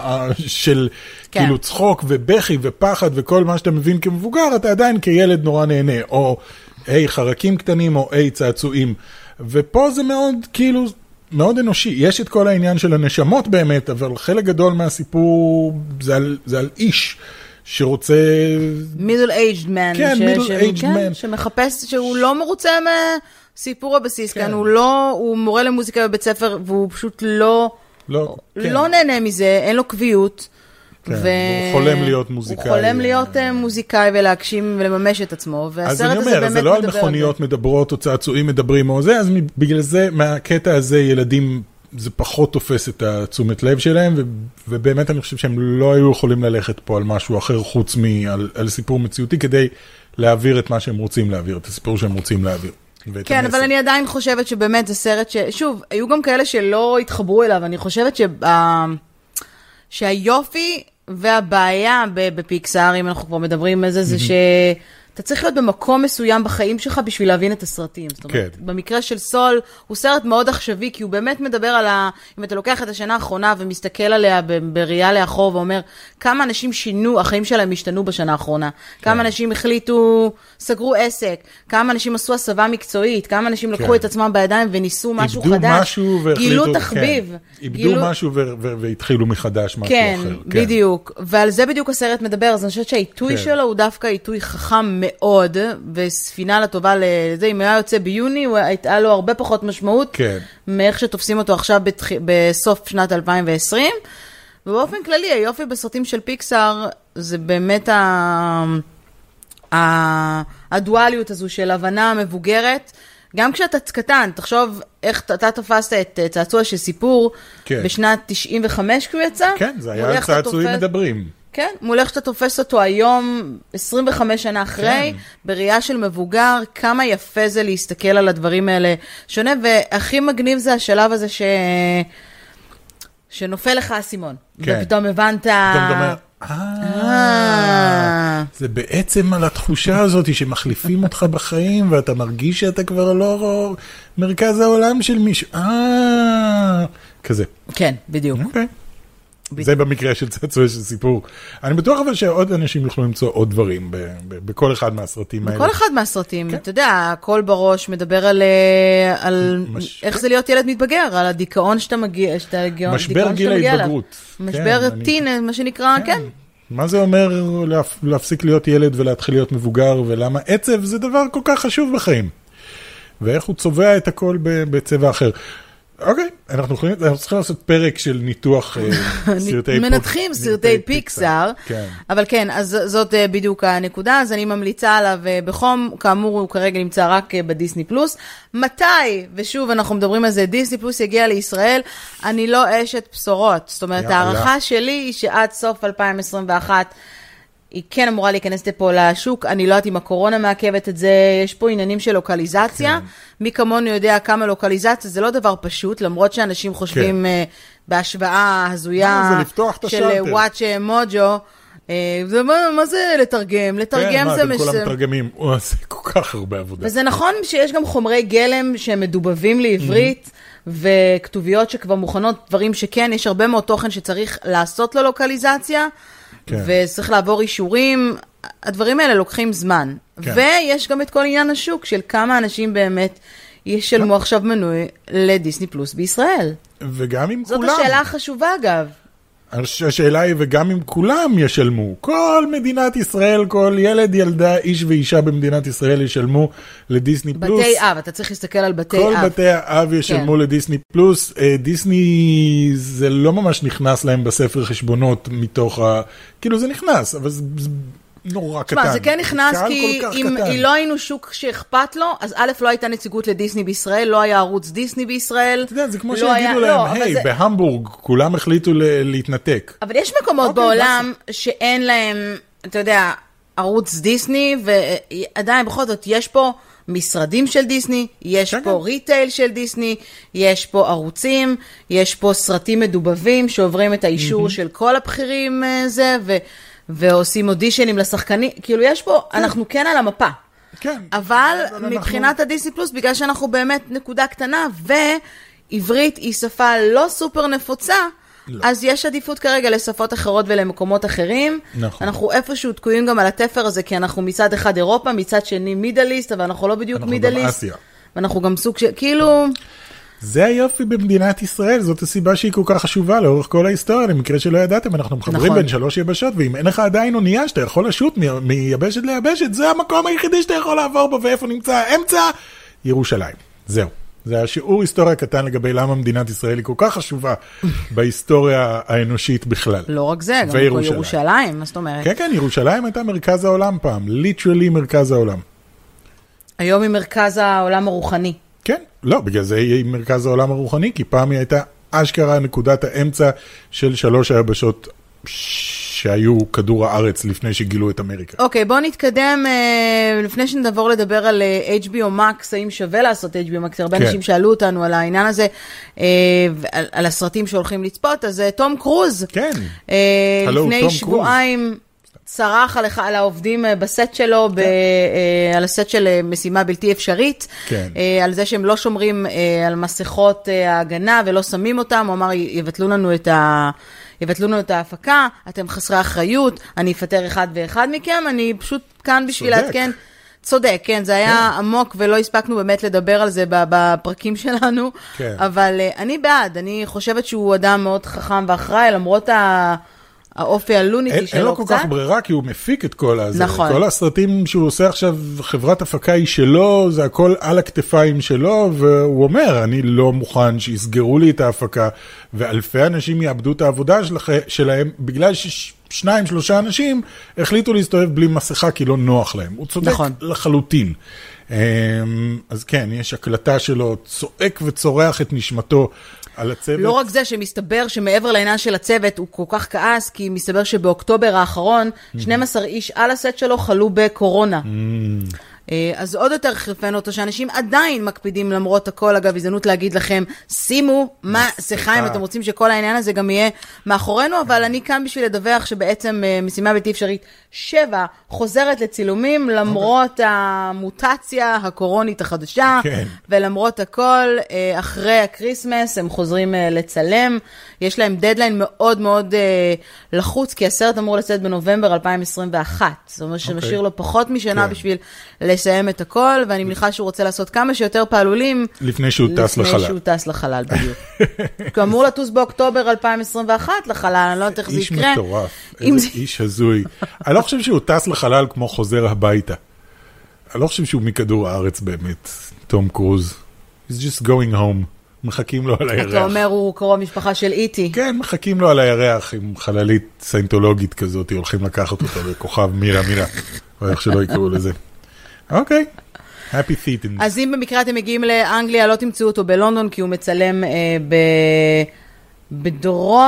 של כן. כאילו צחוק ובכי ופחד וכל מה שאתה מבין כמבוגר, אתה עדיין כילד נורא נהנה, או היי חרקים קטנים, או היי צעצועים. ופה זה מאוד, כאילו, מאוד אנושי. יש את כל העניין של הנשמות באמת, אבל חלק גדול מהסיפור זה על, זה על איש. שרוצה... middle aged man. כן, ש... middle ש... aged כן, man. שמחפש, שהוא לא מרוצה מסיפור הבסיס, כן. כאן הוא לא, הוא מורה למוזיקה בבית ספר, והוא פשוט לא, לא, כן. לא נהנה מזה, אין לו קביעות. כן, ו... הוא חולם להיות מוזיקאי. הוא חולם להיות מוזיקאי ולהגשים ולממש את עצמו, והסרט הזה באמת מדבר. אז אני אומר, זה לא על מכוניות מדברות או צעצועים מדברים או זה, אז בגלל זה, מהקטע הזה ילדים... זה פחות תופס את התשומת לב שלהם, ובאמת אני חושב שהם לא היו יכולים ללכת פה על משהו אחר חוץ מעל על סיפור מציאותי, כדי להעביר את מה שהם רוצים להעביר, את הסיפור שהם רוצים להעביר. כן, אבל אני עדיין חושבת שבאמת זה סרט ש... שוב, היו גם כאלה שלא התחברו אליו, אני חושבת שהיופי והבעיה בפיקסאר, אם אנחנו כבר מדברים על זה, זה ש... אתה צריך להיות במקום מסוים בחיים שלך בשביל להבין את הסרטים. זאת אומרת, כן. במקרה של סול, הוא סרט מאוד עכשווי, כי הוא באמת מדבר על ה... אם אתה לוקח את השנה האחרונה ומסתכל עליה בראייה לאחור ואומר, כמה אנשים שינו, החיים שלהם השתנו בשנה האחרונה. כן. כמה אנשים החליטו, סגרו עסק, כמה אנשים עשו הסבה מקצועית, כמה אנשים לקחו כן. את עצמם בידיים וניסו משהו חדש. משהו גילו תחביב. כן. איבדו גילו... משהו ו- ו- והתחילו מחדש משהו כן, אחר. כן, בדיוק. ועל זה בדיוק הסרט מדבר. אז אני חושבת שהעיתוי כן. שלו הוא דווקא עיתוי חכם מאוד, וספינה לטובה לזה, אם היה יוצא ביוני, הוא הייתה לו הרבה פחות משמעות, כן. מאיך שתופסים אותו עכשיו בתח... בסוף שנת אלפיים ועשרים, ובאופן כללי, היופי בסרטים של פיקסאר, זה באמת ה... ה... הדואליות הזו של הבנה מבוגרת, גם כשאתה קטן, תחשוב איך אתה תפסת את צעצוע של סיפור, כן. בשנת תשעים וחמש כשהוא יצא. כן, זה היה צעצועים תופס... מדברים. כן, מולך שאתה תופס אותו היום, עשרים וחמש שנה אחרי, כן. בראייה של מבוגר, כמה יפה זה להסתכל על הדברים האלה שונה, והכי מגניב זה השלב הזה ש... שנופל לך הסימון. כן. ופתאום הבנת... פתאום דומה, אה, זה בעצם על התחושה הזאת שמחליפים אותך בחיים, ואתה מרגיש שאתה כבר לא מרכז העולם של מישהו. אה, כזה. כן, בדיוק. אוקיי. זה במקרה של צעצוע של סיפור. אני בטוח אבל שעוד אנשים יוכלו למצוא עוד דברים ב- ב- בכל אחד מהסרטים האלה. בכל אחד מהסרטים. אתה יודע, הכל בראש מדבר על, על איך זה להיות ילד מתבגר, על הדיכאון שאתה מגיע, משבר גיל ההתבגרות. משבר טין, מה שנקרא, כן. מה זה אומר להפסיק להיות ילד ולהתחיל להיות מבוגר, ולמה עצב זה דבר כל כך חשוב בחיים. ואיך הוא צובע את הכל בצבע אחר. אוקיי, אנחנו יכולים, אנחנו צריכים לעשות פרק של ניתוח סרטי מנתחים סרטי פיקסאר, אבל כן, אז זאת בדיוק הנקודה, אז אני ממליצה עליו בחום, כאמור הוא כרגע נמצא רק בדיסני פלוס. מתי, ושוב אנחנו מדברים על זה, דיסני פלוס יגיע לישראל, אני לא אשת בשורות, זאת אומרת, הערכה שלי היא שעד סוף אלפיים עשרים ואחת היא כן אמורה להיכנס לפה לשוק, אני לא יודעת אם הקורונה מעכבת את זה, יש פה עניינים של לוקליזציה, כן. מי כמונו יודע כמה לוקליזציה, זה לא דבר פשוט, למרות שאנשים חושבים כן. uh, בהשוואה הזויה של וואץ' מוג'ו, uh, זה, מה, מה זה לתרגם? לתרגם כן, זה... מה, אתם כולם מתרגמים, הוא עושה כל כך הרבה עבודה. וזה נכון שיש גם חומרי גלם שהם מדובבים לעברית, mm-hmm. וכתוביות שכבר מוכנות, דברים שכן, יש הרבה מאוד תוכן שצריך לעשות לו לוקליזציה, כן. וצריך לעבור אישורים, הדברים האלה לוקחים זמן. כן. ויש גם את כל עניין השוק של כמה אנשים באמת ישלמו כן. עכשיו מנוי לדיסני פלוס בישראל. וגם עם זאת כולם. זאת השאלה החשובה אגב. השאלה היא, וגם אם כולם ישלמו, כל מדינת ישראל, כל ילד, ילדה, איש ואישה במדינת ישראל ישלמו לדיסני פלוס. בתי אב, אתה צריך להסתכל על בתי כל אב. כל בתי האב ישלמו כן. לדיסני פלוס. דיסני, זה לא ממש נכנס להם בספר חשבונות מתוך ה... כאילו זה נכנס, אבל זה... נורא קטן. תשמע, זה כן נכנס כי אם קטן. לא היינו שוק שאכפת לו, אז א' לא הייתה נציגות לדיסני בישראל, לא היה ערוץ דיסני בישראל. אתה יודע, זה כמו לא שיגידו היה, להם, לא, היי, זה... בהמבורג כולם החליטו ל- להתנתק. אבל יש מקומות אוקיי, בעולם בס... שאין להם, אתה יודע, ערוץ דיסני, ועדיין בכל זאת יש פה משרדים של דיסני, יש כן, פה כן. ריטייל של דיסני, יש פה ערוצים, יש פה סרטים מדובבים שעוברים את האישור mm-hmm. של כל הבחירים זה, ו... ועושים אודישנים לשחקנים, כאילו יש פה, כן. אנחנו כן על המפה. כן. אבל מבחינת אנחנו... הדיסני פלוס, בגלל שאנחנו באמת נקודה קטנה, ועברית היא שפה לא סופר נפוצה, לא. אז יש עדיפות כרגע לשפות אחרות ולמקומות אחרים. נכון. אנחנו איפשהו תקועים גם על התפר הזה, כי אנחנו מצד אחד אירופה, מצד שני מידליסט, אבל אנחנו לא בדיוק מידליסט. אנחנו גם אסיה. ואנחנו גם סוג של, כאילו... זה היופי במדינת ישראל, זאת הסיבה שהיא כל כך חשובה לאורך כל ההיסטוריה, למקרה שלא ידעתם, אנחנו מחברים נכון. בין שלוש יבשות, ואם אין לך עדיין אונייה שאתה יכול לשוט מ- מיבשת ליבשת, זה המקום היחידי שאתה יכול לעבור בו, ואיפה נמצא האמצע? ירושלים. זהו. זה השיעור היסטוריה קטן לגבי למה מדינת ישראל היא כל כך חשובה בהיסטוריה האנושית בכלל. לא רק זה, גם פה ירושלים, מה זאת אומרת? כן, כן, ירושלים הייתה מרכז העולם פעם, ליטרלי מרכז העולם. היום היא מרכז העולם הרוחני. כן, לא, בגלל זה היא מרכז העולם הרוחני, כי פעם היא הייתה אשכרה נקודת האמצע של שלוש היבשות שהיו כדור הארץ לפני שגילו את אמריקה. אוקיי, בואו נתקדם, לפני שנדבר לדבר על אייץ' בי או Max, האם שווה לעשות אייץ' בי או Max, הרבה אנשים שאלו אותנו על העניין הזה, על הסרטים שהולכים לצפות, אז תום קרוז, כן, לפני שבועיים, צרח על, על העובדים בסט שלו, כן. ב, על הסט של משימה בלתי אפשרית, כן. על זה שהם לא שומרים על מסכות ההגנה ולא שמים אותם, הוא אמר, יבטלו לנו את ה... יבטלו לנו את ההפקה, אתם חסרי אחריות, אני אפטר אחד ואחד מכם, אני פשוט כאן בשביל להתקן. צודק, כן, זה היה כן. עמוק ולא הספקנו באמת לדבר על זה בפרקים שלנו, כן. אבל אני בעד, אני חושבת שהוא אדם מאוד חכם ואחראי, למרות ה... האופי הלוניטי שלו קצת. אין לו כל כך ברירה, כי הוא מפיק את כל הזה. נכון. כל הסרטים שהוא עושה עכשיו, חברת הפקה היא שלו, זה הכל על הכתפיים שלו, והוא אומר, אני לא מוכן שיסגרו לי את ההפקה, ואלפי אנשים יאבדו את העבודה שלהם, בגלל ששניים, שלושה אנשים החליטו להסתובב בלי מסכה, כי לא נוח להם. הוא צודק נכון. לחלוטין. אז כן, יש הקלטה שלו, צועק וצורח את נשמתו, על הצוות. לא רק זה שמסתבר שמעבר לעניין של הצוות הוא כל כך כעס, כי מסתבר שבאוקטובר האחרון, שנים עשר איש על הסט שלו חלו בקורונה. אז עוד יותר חרפנו אותו, שאנשים עדיין מקפידים למרות הכל, אגב, הזדמנות להגיד לכם, שימו מה שיחה, אם אתם רוצים שכל העניין הזה גם יהיה מאחורינו, אבל אני כאן בשביל לדווח שבעצם משימה בלתי אפשרית שבע חוזרת לצילומים, למרות המוטציה הקורונית החדשה, ולמרות הכל, אחרי הקריסמס הם חוזרים לצלם, יש להם דדליין מאוד מאוד לחוץ, כי הסרט אמור לצאת בנובמבר אלפיים עשרים ואחת, זאת אומרת שמשאיר לו פחות משנה בשביל לסיים את הכל, ואני מניחה שהוא רוצה לעשות כמה שיותר פעלולים לפני שהוא טס לחלל. לפני שהוא טס לחלל, בדיוק. הוא אמור לטוס באוקטובר אלפיים עשרים ואחת לחלל, אני לא יודעת איך זה יקרה. איש מטורף, איזה איש הזוי. אני לא חושב שהוא טס לחלל כמו חוזר הביתה. אני לא חושב שהוא מכדור הארץ באמת, תום קרוז. He's just going home. מחכים לו על הירח. אתה אומר, הוא קרוב משפחה של איטי. כן, מחכים לו על הירח עם חללית סיינטולוגית כזאת, הולכים לקחת אותו בכוכב מירה מירה, או איך שלא יקראו לזה. אוקיי, happy theaters. אז אם במקרה אתם מגיעים לאנגליה, לא תמצאו אותו בלונדון, כי הוא מצלם אה, ב... בדרום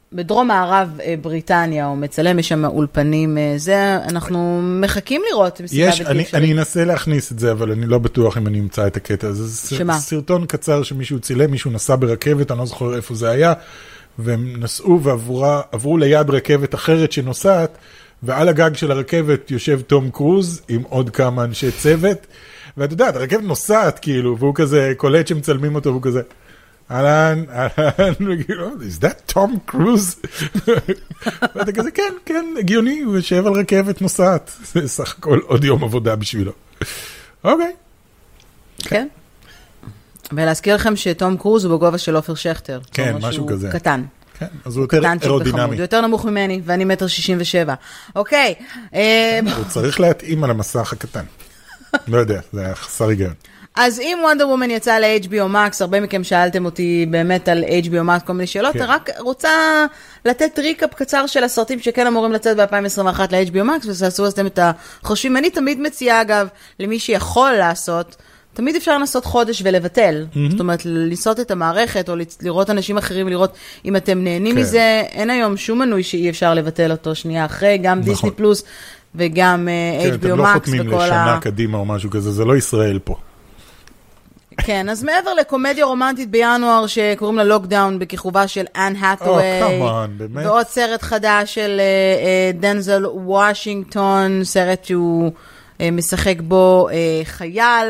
בדרום מערב בריטניה, הוא מצלם, יש שם אולפנים, זה, אנחנו מחכים לראות. יש, אני, אני אנסה להכניס את זה, אבל אני לא בטוח אם אני אמצא את הקטע. זה שמה? סרטון קצר שמישהו צילם, מישהו נסע ברכבת, אני לא זוכר איפה זה היה, והם נסעו ועברו ליד רכבת אחרת שנוסעת, ועל הגג של הרכבת יושב תום קרוז עם עוד כמה אנשי צוות, ואת יודעת, הרכבת נוסעת כאילו, והוא כזה קולט שמצלמים אותו, והוא כזה, אהלן, אהלן, וכאילו, is that Tom Cruise? ואתה כזה, כן, כן, הגיוני, הוא יושב על רכבת נוסעת, זה סך הכל עוד יום עבודה בשבילו. אוקיי. כן. ולהזכיר לכם שתום קרוז הוא בגובה של אופר שכטר. כן, משהו כזה. קטן. כן, אז הוא יותר אירודינמי. הוא יותר נמוך ממני, ואני מטר שישים ושבע. אוקיי. הוא צריך להתאים על המסך הקטן. לא יודע, זה היה חסר היגיון. אז אם וונדר וומן יצא ל-אייץ' בי או Max, הרבה מכם שאלתם אותי באמת על אייץ' בי או Max, כל מיני שאלות, אני רק רוצה לתת ריקאפ קצר של הסרטים שכן אמורים לצאת ב-אלפיים עשרים ואחת ל-אייץ' בי או Max, ותעשו אתם את החושבים. אני תמיד מציעה, אגב, למי שיכול לעשות, תמיד אפשר לנסות חודש ולבטל. זאת אומרת, לנסות את המערכת, או לראות אנשים אחרים, לראות אם אתם נהנים מזה. אין היום שום מנוי שאי אפשר לבטל אותו שנייה אחרי, גם דיסני פלוס, וגם אייץ' בי או Max. אתם לא חותמים לשנה קדימה או משהו כזה, זה לא ישראל פה. כן, אז מעבר לקומדיה רומנטית בינואר שקוראים לה לוקדאון בכיכובה של אן האת'ווי, ועוד סרט חדש של דנזל וושינגטון, סרט שהוא משחק בו חייל.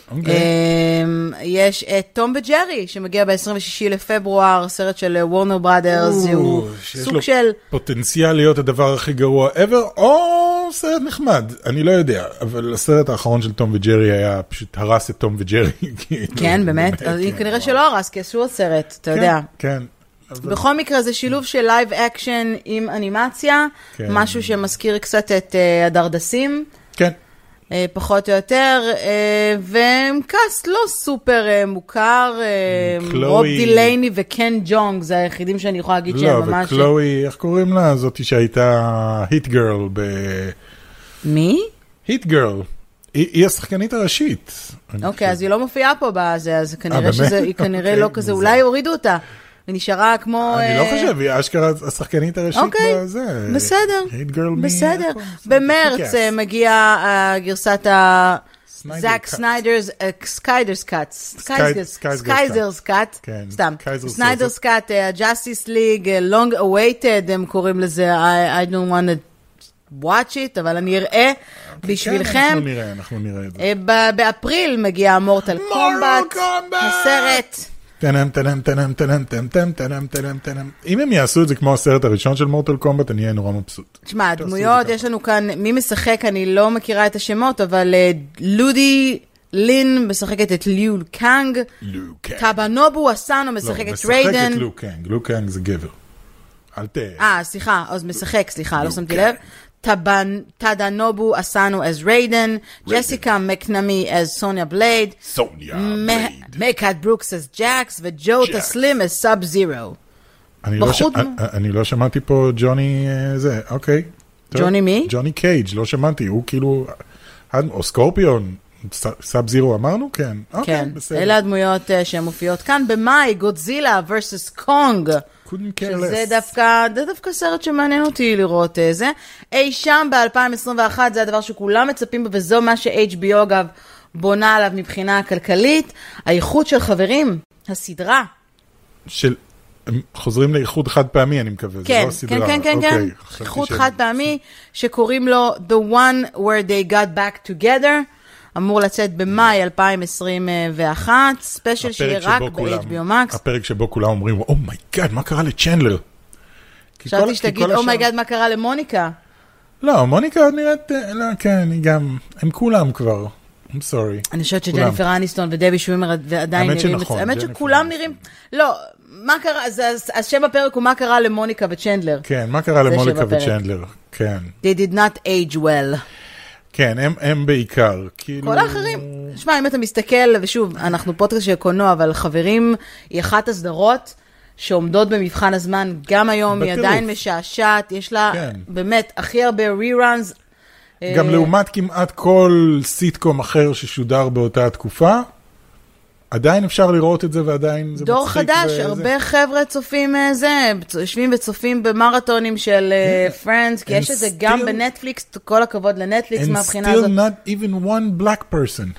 יש את טום וג'רי שמגיע ב-עשרים ושישה לפברואר, סרט של וורנר בראדרס, הוא סוג של פוטנציאל להיות הדבר הכי גרוע ever, או סרט נחמד, אני לא יודע, אבל הסרט האחרון של טום וג'רי היה פשוט הרס את טום וג'רי. כן, באמת, כנראה שלא הרס, כי עשו עוד סרט, אתה יודע. כן. בכל מקרה זה שילוב של לייב אקשן עם אנימציה, משהו שמזכיר קצת את הדרדסים. כן. פחות או יותר, וקאסט לא סופר מוכר, רוב דילייני וקן ג'ונג, זה היחידים שאני יכולה להגיד שהם ממש... לא, וקלואי, איך קוראים לה? זאתי שהייתה היט גרל ב... מי? היט גרל. היא השחקנית הראשית. אוקיי, אז היא לא מופיעה פה בזה, אז כנראה שזה, היא כנראה לא כזה, אולי הורידו אותה. ונשארה כמו... אני לא חושב, היא אשכרה השחקנית הראשית בזה. אוקיי, בסדר, בסדר. במרץ מגיעה גרסת ה... זאק סניידרס, סקיידרס קאט, סקיידרס קאט, סתם, סניידרס קאט, ג'אסטיס ליג, long awaited, הם קוראים לזה, I don't want to watch it, אבל אני אראה בשבילכם. אנחנו נראה, אנחנו נראה את זה. באפריל מגיע מורטל קומבט, הסרט... תנם, תנם, תנם, תנם, תנם, תנם, תנם, תנם, תנם. אם הם יעשו את זה כמו הסרט הראשון של מורטל קומבט, אני אהיה נורא מבסוט. תשמע, דמויות, יש לנו כאן, מי משחק, אני לא מכירה את השמות, אבל לודי לין משחקת את ליו קאנג. ליו קאנג. טאבנובו אסאנו משחק את ריידן. משחק את ליו קאנג, ליו קאנג זה גבר. אל ת... אה, סליחה, אז משחק, סליחה, לא שמתי לב. טאדנובו אסאנו as ריידן, ג'סיקה מקנמי as סוניה בלייד, סוניה בלייד, מקאט ברוקס as ג'קס, וג'ו תסלים as סאב זירו. אני לא שמעתי פה ג'וני זה, אוקיי. ג'וני מי? ג'וני קייג', לא שמעתי, הוא כאילו, או סקורפיון, סאב זירו אמרנו? כן. כן, אלה הדמויות שמופיעות כאן. במאי, גודזילה versus קונג. שזה דווקא, זה דווקא סרט שמעניין אותי לראות זה. אי שם ב-אלפיים עשרים ואחת, זה הדבר שכולם מצפים בו, וזו מה ש-אייץ' בי או אגב בונה עליו מבחינה כלכלית. האיחוד של חברים, הסדרה. של, הם חוזרים לאיחוד חד פעמי, אני מקווה. כן, כן, כן, כן, כן. איחוד חד פעמי, שקוראים לו The One Where They Got Back Together. אמור לצאת במאי אלפיים עשרים ואחת, ספיישל שיהיה רק ב-אייץ' בי או Max. הפרק שבו כולם אומרים, אומייגאד, מה קרה לצ'נדלר? חשבתי שתגיד, אומייגאד, מה קרה למוניקה? לא, מוניקה נראית, כן, היא גם, הם כולם כבר, I'm sorry. אני חושבת שג'ניפר אניסטון ודבי שווימר עדיין נראים, האמת שכולם נראים, לא, מה קרה, אז שם הפרק הוא מה קרה למוניקה וצ'נדלר. כן, מה קרה למוניקה וצ'נדלר, כן. They did not age well. כן, הם, הם בעיקר. כאילו... כל האחרים. שמע, אם אתה מסתכל, ושוב, אנחנו פודקאסט של קולנוע, אבל חברים, היא אחת הסדרות שעומדות במבחן הזמן, גם היום בטירוף. היא עדיין משעשעת, יש לה כן. באמת הכי הרבה ריראנס. גם לעומת כמעט כל סיטקום אחר ששודר באותה התקופה, עדיין אפשר לראות את זה ועדיין זה דור מצחיק. חדש, וזה. הרבה חבר'ה צופים זה, יושבים וצופים במרתונים של פרנדס, כי יש את זה גם בנטפליקס, כל הכבוד לנטפליקס מהבחינה הזאת. And still not even one black person.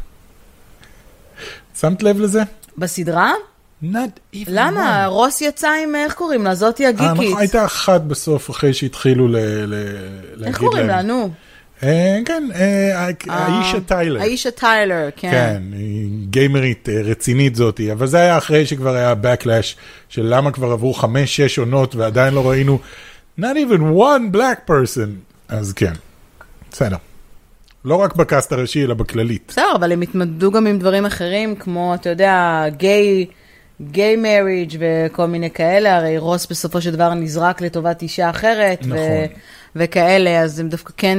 שמת לב לזה? בסדרה? Not even למה? one. רוס יצא עם, איך קוראים לה? זאתי הגיקית. הייתה אחת בסוף אחרי שהתחילו ל- ל- להגיד להם. איך קוראים לה? נו. כן, האישה טיילר. האישה טיילר, כן. כן, היא גיימרית רצינית זאתי, אבל זה היה אחרי שכבר היה backlash של למה כבר עברו חמש, שש עונות ועדיין לא ראינו not even one black person. אז כן, בסדר. לא רק בקאסט הראשי, אלא בכללית. בסדר, אבל הם התמודדו גם עם דברים אחרים, כמו, אתה יודע, גיי, גיי מריג' וכל מיני כאלה, הרי רוס בסופו של דבר נזרק לטובת אישה אחרת, נכון. ו- וכאלה, אז הם דווקא כן...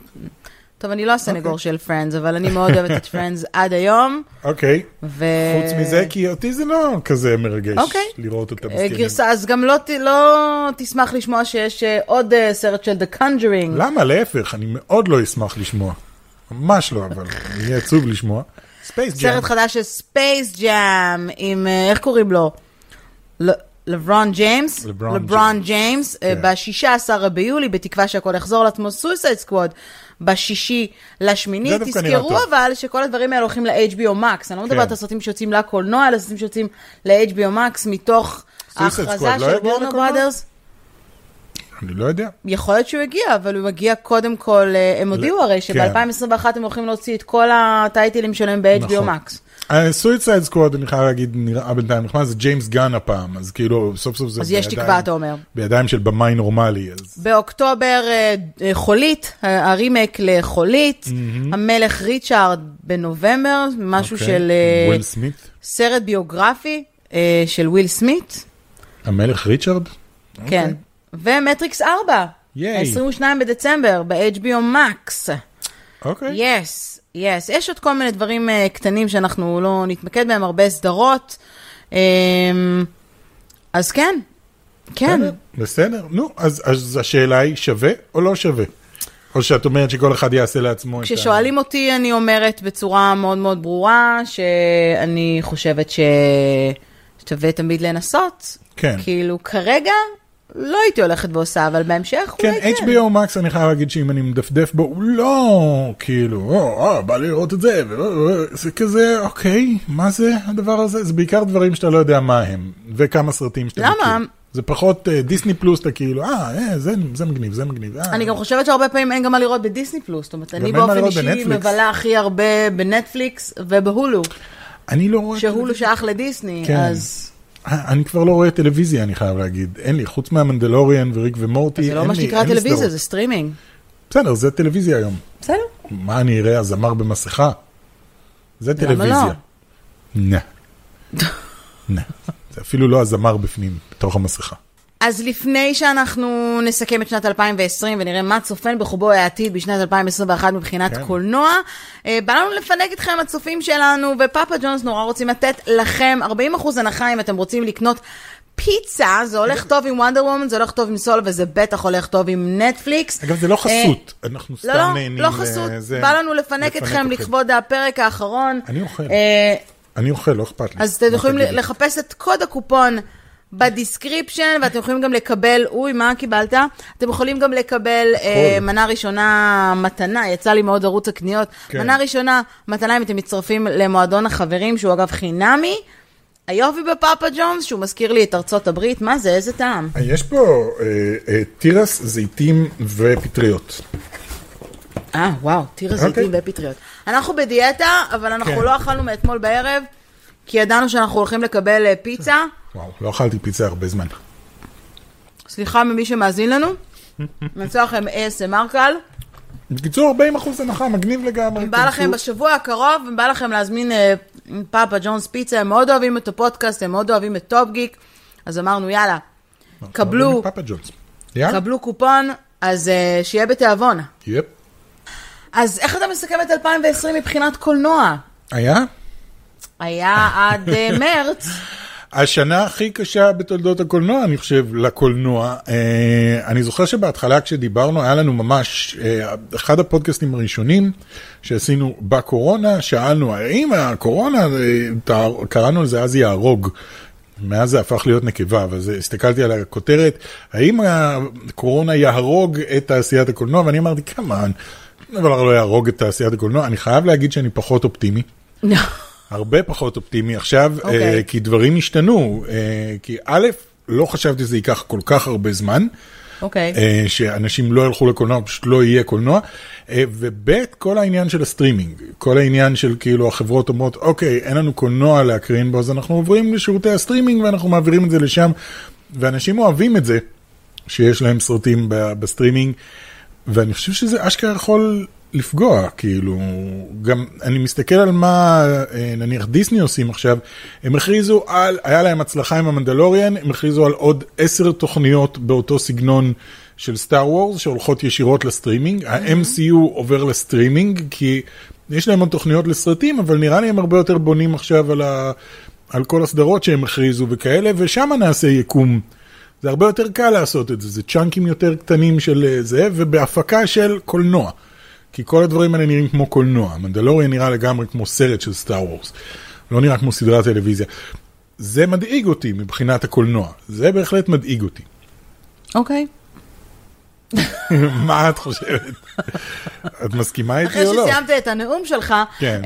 טוב, אני לא הסנגור של פרנדס, אבל אני מאוד אוהבת את פרנדס עד היום. אוקיי. ו... חוץ מזה, כי אותי זה לא כזה מרגש אוקיי. לראות אותה מסכנים. גרסה, אז גם לא, ת- לא תשמח לשמוע שיש אה, עוד אה, סרט של The Conjuring. למה? להפך, אני מאוד לא אשמח לשמוע. ממש לא, אבל אני אהיה עצוב לשמוע. ספייס ג'אם. סרט חדש של ספייס ג'אם, עם, אה, איך קוראים לו? ל- לברון ג'יימס? לברון לברון ג'יימס, אה, כן. ב-שישה עשר ביולי, בתקווה שהכל יחזור לעצמו, סויסייד סקוואד, בשישי לשמיני. זה דווקא נראה תזכרו טוב. אבל שכל הדברים האלה הולכים ל-אייץ' בי או Max. אני לא מדברת על הסרטים שיוצאים לקולנוע, אלא סרטים שיוצאים ל-אייץ' בי או Max, מתוך ההכרזה Squad לא של יגיע וורנר לקולנוע? ברודרס. אני לא יודע. יכול להיות שהוא הגיע, אבל הוא מגיע קודם כל, אה, הם הודיעו הרי שב-אלפיים עשרים ואחת הם הולכים להוציא את כל הטייטלים שלהם ב-אייץ' בי או נכון. Max. סויסייד סקוואד, אני חייב להגיד, נראה בינתיים נחמד, זה ג'יימס גן הפעם, אז כאילו, סוף סוף זה אז יש תקווה, אתה אומר. בידיים של במאי נורמלי, אז... באוקטובר אה, אה, חולית, ה- הרימייק לחולית, המלך ריצ'ארד בנובמבר, משהו אוקיי. של אה, וויל סמית? סרט ביוגרפי אה, של וויל סמית, המלך ריצ'ארד? כן, ומטריקס ארבע, ייי. עשרים ושניים בדצמבר, ב-אייץ' בי או Max. אוקיי. יס, יס. יש עוד כל מיני דברים uh, קטנים שאנחנו לא נתמקד בהם, הרבה סדרות. Um, אז כן, כן. בסדר, בסדר. נו, אז, אז השאלה היא שווה או לא שווה? או שאת אומרת שכל אחד יעשה לעצמו את ה... כששואלים אותי, אני אומרת בצורה מאוד מאוד ברורה, שאני חושבת ששווה תמיד לנסות. כן. כאילו, כרגע לא הייתי הולכת ועושה, אבל בהמשך כן, אולי כן. אייץ' בי או Max אני חייב להגיד שאם אני מדפדף בו, הוא לא, כאילו, או, אה, בא לי לראות את זה, ו- זה כזה, אוקיי, מה זה הדבר הזה? זה בעיקר דברים שאתה לא יודע מה הם, וכמה סרטים שאתה למה? מכיר. זה פחות uh, דיסני פלוס, אתה כאילו, אה, אה זה, זה מגניב, זה מגניב. אה. אני גם חושבת שהרבה פעמים אין גם מה לראות בדיסני פלוס, זאת אומרת, אני אין מה באופן לראות אישי בנטפליקס. מבלה הכי הרבה בנטפליקס ובהולו, אני לא רואה... שהולו שייך לדיסני, כן. אז... אני כבר לא רואה טלוויזיה, אני חייב להגיד. אין לי, חוץ מהמנדלוריאן וריק ומורטי, זה לא מה שנקרא טלוויזיה, זה סטרימינג. בסדר, זה טלוויזיה היום. בסדר. מה אני אראה, הזמר במסכה? זה למה טלוויזיה. לא? נה. נה. זה אפילו לא הזמר בפנים, בתוך המסכה. אז לפני שאנחנו נסכם את שנת אלפיים ועשרים ונראה מה צופן בחובו העתיד בשנת אלפיים עשרים ואחת מבחינת כן. קולנוע, אה, בא לנו לפנק אתכם הצופים שלנו, ופאפה ג'ונס נורא רוצים לתת לכם ארבעים אחוז הנחה אם אתם רוצים לקנות פיצה, זה הולך טוב עם וונדר וומן, זה הולך טוב עם סול, וזה בטח הולך טוב עם נטפליקס. אגב, זה לא חסות, אנחנו לא, סתם לא, נהנים. לא חסות, לזה. בא לנו לפנק אתכם לכבוד הפרק האחרון. אני אוכל. אה, אני אוכל, לא אכפת לי. אז אתם יכולים תגידי. לחפש את קוד הקופון בדיסקריפשן, ואתם יכולים גם לקבל, אוי, מה קיבלת? אתם יכולים גם לקבל אה, מנה ראשונה מתנה, יצא לי מאוד ערוץ הקניות, כן. מנה ראשונה מתנה אם אתם מצטרפים למועדון החברים, שהוא אגב חינמי, היופי בפאפה ג'ונס, שהוא מזכיר לי את ארצות הברית, מה זה, איזה טעם? יש פה אה, אה, תירס, זיתים ופטריות. אה, וואו, תירס אוקיי. זיתים ופטריות. אנחנו בדיאטה, אבל אנחנו כן. לא אכלנו מאתמול בערב, כי ידענו שאנחנו הולכים לקבל אה, פיצה. וואו, לא אכלתי פיצה הרבה זמן. סליחה ממי שמאזין לנו. נצא לכם איי אס אם אר קל. בקיצור, ארבעים אחוז הנחה, מגניב לגמרי. אם בא לכם בשבוע הקרוב, אם בא לכם להזמין אה, פאפה ג'ונס פיצה, הם מאוד אוהבים את הפודקאסט, הם מאוד אוהבים את טופ גיק, אז אמרנו, יאללה, קבלו, פאפה ג'ונס. יאללה? קבלו קופון, אז אה, שיהיה בתיאבון. יפ. אז איך אתה מסכם את אלפיים ועשרים מבחינת קולנוע? היה? היה עד אה, מרץ. השנה הכי קשה בתולדות הקולנוע, אני חושב, לקולנוע. אני זוכר שבהתחלה כשדיברנו, היה לנו ממש, אחד הפודקאסטים הראשונים שעשינו בקורונה, שאלנו, האם הקורונה, קראנו לזה אז יהרוג, מאז זה הפך להיות נקבה, אז הסתכלתי על הכותרת, האם הקורונה יהרוג את תעשיית הקולנוע, ואני אמרתי, כמובן, אבל לא יהרוג את תעשיית הקולנוע, אני חייב להגיד שאני פחות אופטימי. הרבה פחות אופטימי עכשיו, okay. uh, כי דברים השתנו, uh, כי א', לא חשבתי שזה ייקח כל כך הרבה זמן, okay. uh, שאנשים לא ילכו לקולנוע, פשוט לא יהיה קולנוע, uh, וב' כל העניין של הסטרימינג, כל העניין של כאילו החברות אומרות, אוקיי, אין לנו קולנוע להקרין בו, אז אנחנו עוברים לשירותי הסטרימינג, ואנחנו מעבירים את זה לשם, ואנשים אוהבים את זה, שיש להם סרטים בסטרימינג, ואני חושב שזה אשכרה יכול לפגוע, כאילו, גם אני מסתכל על מה, נניח דיסני עושים עכשיו, הם הכריזו על, היה להם הצלחה עם המנדלוריאן, הם הכריזו על עוד עשר תוכניות באותו סגנון של סטאר וורס, שהולכות ישירות לסטרימינג, ה-אם סי יו עובר לסטרימינג, כי יש להם עוד תוכניות לסרטים, אבל נראה לי הם הרבה יותר בונים עכשיו על, ה, על כל הסדרות שהם הכריזו וכאלה, ושם נעשה יקום. זה הרבה יותר קל לעשות את זה, זה צ'אנקים יותר קטנים של זה, ובהפקה של קולנוע. כי כל הדברים האלה נראים כמו קולנוע. מנדלוריאן נראה לגמרי כמו סרט של סטאר וורס. לא נראה כמו סדרת טלוויזיה. זה מדאיג אותי מבחינת הקולנוע. זה בהחלט מדאיג אותי. אוקיי. מה את חושבת? את מסכימה איתי או לא? אחרי שסיימת את הנאום שלך, כן.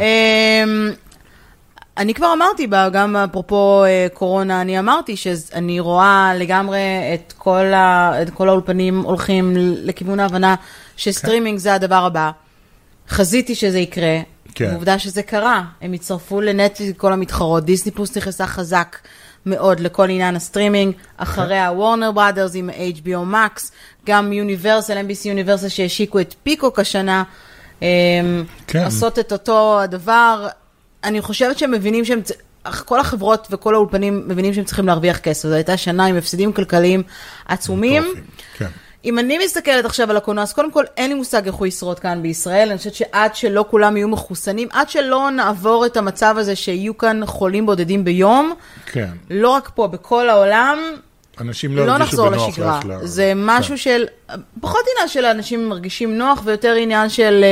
אני כבר אמרתי, גם אפרופו קורונה, אני אמרתי שאני רואה לגמרי את כל, ה, את כל האולפנים הולכים לכיוון ההבנה שסטרימינג זה הדבר הבא. חזיתי שזה יקרה, כן. ועובדה שזה קרה. הם הצטרפו לנטפליקס כל המתחרות, דיסני פלוס נכנסה חזק מאוד לכל עניין הסטרימינג, אחריה וורנר בראדרס עם אייץ' בי או Max, גם יוניברסל, אם בי סי יוניברסל שהשיקו את פיקוק השנה, כן. עושות את אותו הדבר. אני חושבת שהם מבינים שהם, כל החברות וכל האולפנים מבינים שהם צריכים להרוויח כסף. זו הייתה שנה עם הפסדים כלכליים עצומים. כן. אם אני מסתכלת עכשיו על הקולנוע, אז קודם כל אין לי מושג איך הוא ישרוד כאן בישראל. אני חושבת שעד שלא כולם יהיו מחוסנים, עד שלא נעבור את המצב הזה שיהיו כאן חולים בודדים ביום, כן. לא רק פה, בכל העולם, אנשים לא, לא נחזור לשגרה. לה... זה משהו כן. של, פחות עניין של האנשים מרגישים נוח, ויותר עניין של...